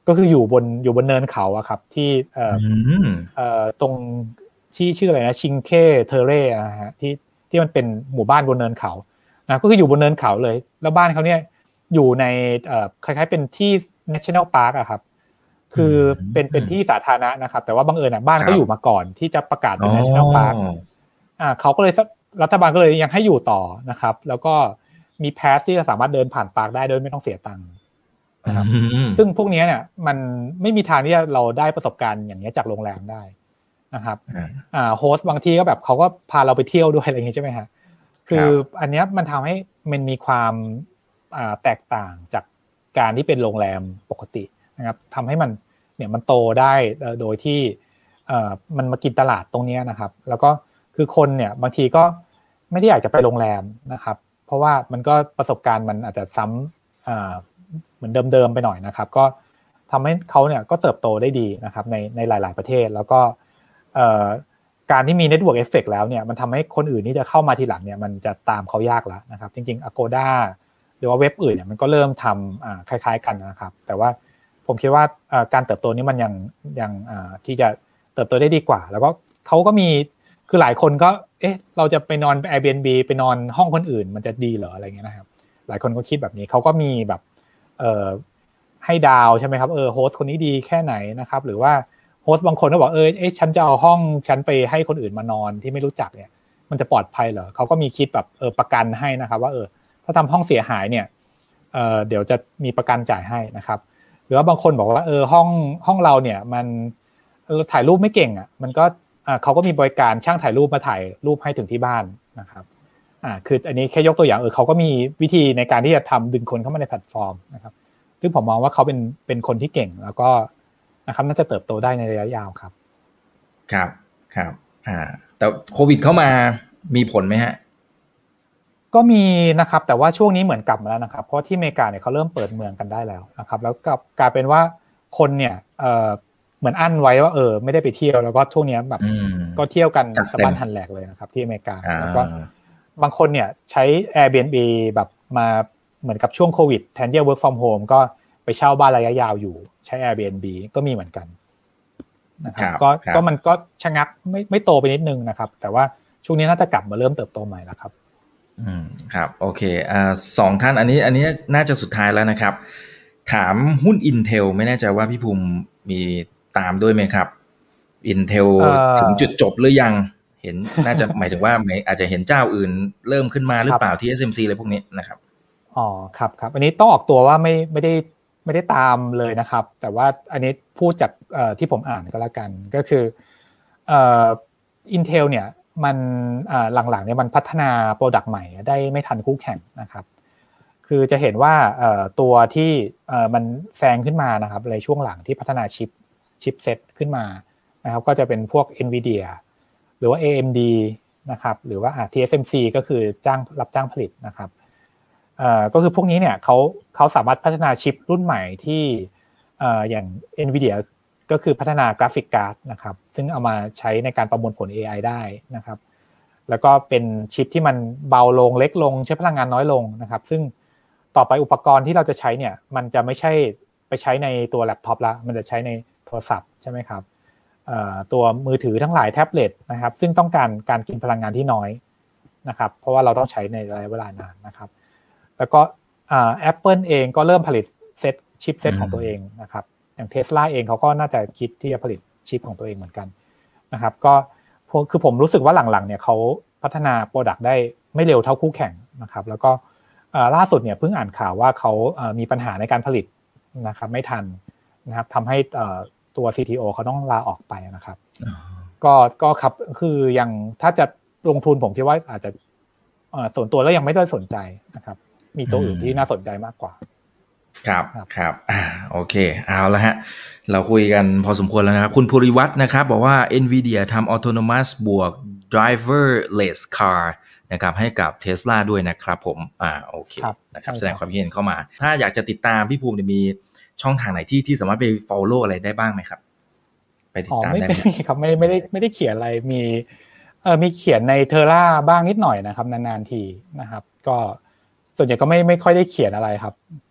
ก็คืออยู่บนอยู่บนเนินเขาอะครับที่เอ่อเอ่อตรงที่ชื่ออะไรนะชิงเคเทเร่นะฮะที่ที่มันเป็นหมู่บ้านบนเนินเขานะก็คืออยู่บนเนินเขาเลยแล้วบ้านเขาเนี่ยอยู่ในเอ่อคล้ายๆเป็นที่ National Park อะครับคือเป็นเป็นที่สาธารณะนะครับแต่ว่าบังเอิญอ่ะบ้านเขาอยู่มาก่อนที่จะประกาศเป็น National Park อ่าเขาก็เลยรัฐบาลก็เลยยังให้อยู่ต่อนะครับแล้วก็มีแพสที่จะสามารถเดินผ่านปาร์คได้โดยไม่ต้องเสียตังค์นะครับซึ่งพวกนี้เนี่ยมันไม่มีทางที่เราได้ประสบการณ์อย่างนี้จากโรงแรมได้นะครับอ่าโฮสต์บางทีก็แบบเขาก็พาเราไปเที่ยวด้วยอะไรอย่างนี้ใช่ไหมฮะคืออันนี้มันทำให้มันมีความอ่าแตกต่างจากการที่เป็นโรงแรมปกตินะครับทำให้มันเนี่ยมันโตได้โดยที่เอ่อมันมากินตลาดตรงนี้นะครับแล้วก็คือคนเนี่ยบางทีก็ไม่ได้อยากจะไปโรงแรมนะครับเพราะว่ามันก็ประสบการณ์มันอาจจะซ้ำอ่าเหมือนเดิมๆไปหน่อยนะครับก็ทำให้เขาเนี่ยก็เติบโตได้ดีนะครับในในหลายๆประเทศแล้วก็เอ่อการที่มี network effect แล้วเนี่ยมันทำให้คนอื่นที่จะเข้ามาทีหลังเนี่ยมันจะตามเขายากแล้วนะครับจริงๆ Agoda หรือว่าเว็บอื่นเนี่ยมันก็เริ่มทำอ่าคล้ายๆกันนะครับแต่ว่าผมคิดว่าการเติบโตนี้มันยังยังที่จะเติบโตได้ดีกว่าแล้วก็เขาก็มีคือหลายคนก็เอ๊ะเราจะไปนอน Airbnb ไปนอนห้องคนอื่นมันจะดีเหรออะไรเงี้ยนะครับหลายคนก็คิดแบบนี้เขาก็มีแบบเอ่อให้ดาวใช่ไหมครับเออโฮสต์คนนี้ดีแค่ไหนนะครับหรือว่าโฮสต์บางคนก็บอกเออเอ๊ะฉันจะเอาห้องฉันไปให้คนอื่นมานอนที่ไม่รู้จักเนี่ยมันจะปลอดภัยเหรอเขาก็มีคิดแบบเออประกันให้นะครับว่าเออถ้าทำห้องเสียหายเนี่ยเออเดี๋ยวจะมีประกันจ่ายให้นะครับหรือว่าบางคนบอกว่าเออห้องห้องเราเนี่ยมันเราถ่ายรูปไม่เก่งอ่ะมันก็อ่าเขาก็มีบริการช่างถ่ายรูปมาถ่ายรูปให้ถึงที่บ้านนะครับอ่าคืออันนี้แค่ยกตัวอย่างเออเขาก็มีวิธีในการที่จะทำดึงคนเข้ามาในแพลตฟอร์มนะครับซึ่งผมมองว่าเขาเป็นเป็นคนที่เก่งแล้วก็นะครับน่าจะเติบโตได้ในระยะยาวครับครับครับอ่าแต่โควิดเข้ามามีผลไหมฮะก็มีนะครับแต่ว่าช่วงนี้เหมือนกลับมาแล้วนะครับเพราะที่อเมริกาเนี่ยเขาเริ่มเปิดเมืองกันได้แล้วนะครับแล้วก็กลายเป็นว่าคนเนี่ยเอ่อเหมือนอั้นไว้ว่าเออไม่ได้ไปเที่ยวแล้วก็ช่วงนี้แบบก็เที่ยวกันสะบั้นหันแหลกเลยนะครับที่อเมริกาแล้วก็บางคนเนี่ยใช้ Airbnb แบบมาเหมือนกับช่วงโควิดแทนที่จะ work from home ก็ไปเช่าบ้านระยะยาวอยู่ใช้ Airbnb ก็มีเหมือนกันนะครับก็ก็มันก็ชะงักไม่ไม่โตไปนิดนึงนะครับแต่ว่าช่วงนี้น่าจะกลับมาเริ่มเติบโตใหม่แล้วครับอืมครับโอเคอ่าสองท่านอันนี้อันนี้น่าจะสุดท้ายแล้วนะครับถามหุ้น Intel ไม่แน่ใจว่าพี่ภูมิมีตามด้วยไหมครับ Intel ถึงจุดจบหรือยังเห็นน่าจะหมายถึงว่าอาจจะเห็นเจ้าอื่นเริ่มขึ้นมาหรือเปล่าที่ เอส เอ็ม ซี อะไรพวกนี้นะครับอ๋อครับครับอันนี้ต้องออกตัวว่าไม่ไม่ได้ไม่ได้ตามเลยนะครับแต่ว่าอันนี้พูดจากเอ่อที่ผมอ่านก็แล้วกันก็คือเอ่อ Intel เนี่ยมันอ่าหลังๆเนี่ยมันพัฒนาโปรดักต์ใหม่ได้ไม่ทันคู่แข่งนะครับคือจะเห็นว่าเอ่อตัวที่เอ่อมันแซงขึ้นมานะครับในช่วงหลังที่พัฒนาชิปชิปเซ็ตขึ้นมานะครับก็จะเป็นพวก Nvidia หรือว่า เอ เอ็ม ดี นะครับหรือว่า ที เอส เอ็ม ซี ก็คือจ้างรับจ้างผลิตนะครับเอ่อก็คือพวกนี้เนี่ยเขาเขาสามารถพัฒนาชิปรุ่นใหม่ที่เอ่ออย่าง Nvidia ก็คือพัฒนากราฟิกการ์ดนะครับซึ่งเอามาใช้ในการประมวลผล เอ ไอ ได้นะครับแล้วก็เป็นชิปที่มันเบาลงเล็กลงใช้พลังงานน้อยลงนะครับซึ่งต่อไปอุปกรณ์ที่เราจะใช้เนี่ยมันจะไม่ใช่ไปใช้ในตัวแล็ปท็อปละมันจะใช้ในโทรศัพท์ใช่ไหมครับตัวมือถือทั้งหลายแท็บเล็ตนะครับซึ่งต้องการการกินพลังงานที่น้อยนะครับเพราะว่าเราต้องใช้ในระยะเวลานานนะครับแล้วก็อ่า Apple เองก็เริ่มผลิตเซตชิปเซตของตัวเองนะครับอย่าง Tesla เองเขาก็น่าจะคิดที่จะผลิตชิปของตัวเองเหมือนกันนะครับก็คือผมรู้สึกว่าหลังๆเนี่ยเขาพัฒนาโปรดักต์ได้ไม่เร็วเท่าคู่แข่งนะครับแล้วก็ล่าสุดเนี่ยเพิ่งอ่านข่าวว่าเขามีปัญหาในการผลิตนะครับไม่ทันนะครับทำให้ตัว ซี ที โอ เขาต้องลาออกไปนะครับก็ก็ครับคือยังถ้าจะลงทุนผมคิดว่าอาจจะส่วนตัวแล้วยังไม่ได้สนใจนะครับมีตัวอื่นที่น่าสนใจมากกว่าครับครับอ่าโอเคเอาละฮะเราคุยกันพอสมควรแล้วนะครับคุณภูริวัฒน์นะครับบอกว่า Nvidia ทำ autonomous บวก driverless car นะครับให้กับ Tesla ด้วยนะครับผมอ่าโอเคนะครับแสดงความคิดเห็นเข้ามาถ้าอยากจะติดตามพี่ภูมิมีช่องทางไหนที่ที่สามารถไป follow อะไรได้บ้างไหมครับไปติดตามได้ไหมครับไม่ไม่ได้ไม่ได้เขียนอะไรมีเออมีเขียนใน Terra บ้างนิดหน่อยนะครับนานๆทีนะครับก็ส่วนใหญ่ก็ไม่ไม่ค่อยได้เขียนอะไรครับค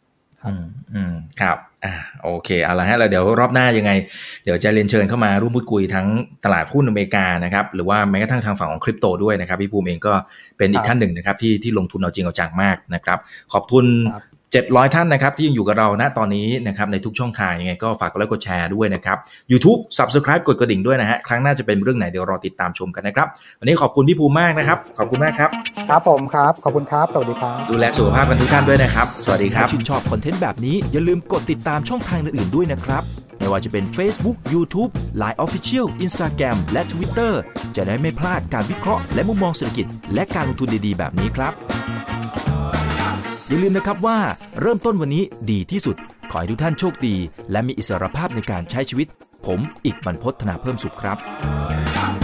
อืมอืมครับอ่าโอเคเอาละฮะแล้วเดี๋ยวรอบหน้ายังไงเดี๋ยวจะเรียนเชิญเข้ามาร่วมพูดคุยทั้งตลาดหุ้นอเมริกานะครับหรือว่าแม้กระทั่งทางฝั่งของคริปโตด้วยนะครับพี่ภูมิเองก็เป็นอีกท่านหนึ่งนะครับที่ที่ลงทุนเอาจริงเอาจังมากนะครับขอบคุณเจ็ดร้อยท่านนะครับที่ยังอยู่กับเราณตอนนี้นะครับในทุกช่องทางยังไงก็ฝากกดไลค์กดแชร์ด้วยนะครับ YouTube Subscribe กดกระดิ่งด้วยนะฮะครั้งหน้าจะเป็นเรื่องไหนเดี๋ยวรอติดตามชมกันนะครับวันนี้ขอบคุณพี่ภูมิมากนะครับขอบคุณมากครับครับผมครับขอบคุณครับสวัสดีครับดูแลสุขภาพกันทุกท่านด้วยนะครับสวัสดีครับถ้าชื่นชอบคอนเทนต์แบบนี้อย่าลืมกดติดตามช่องทางอื่นๆด้วยนะครับไม่ว่าจะเป็น Facebook YouTube ไลน์ Official Instagram และ Twitter จะได้ไม่พลาดการวิเคราะห์และมุมมองเศรษฐกิจและการลงทุนดีๆแบบนี้ครับอย่าลืมนะครับว่าเริ่มต้นวันนี้ดีที่สุดขอให้ทุกท่านโชคดีและมีอิสรภาพในการใช้ชีวิตผมอีกบรรพต ธนาเพิ่มสุขครับ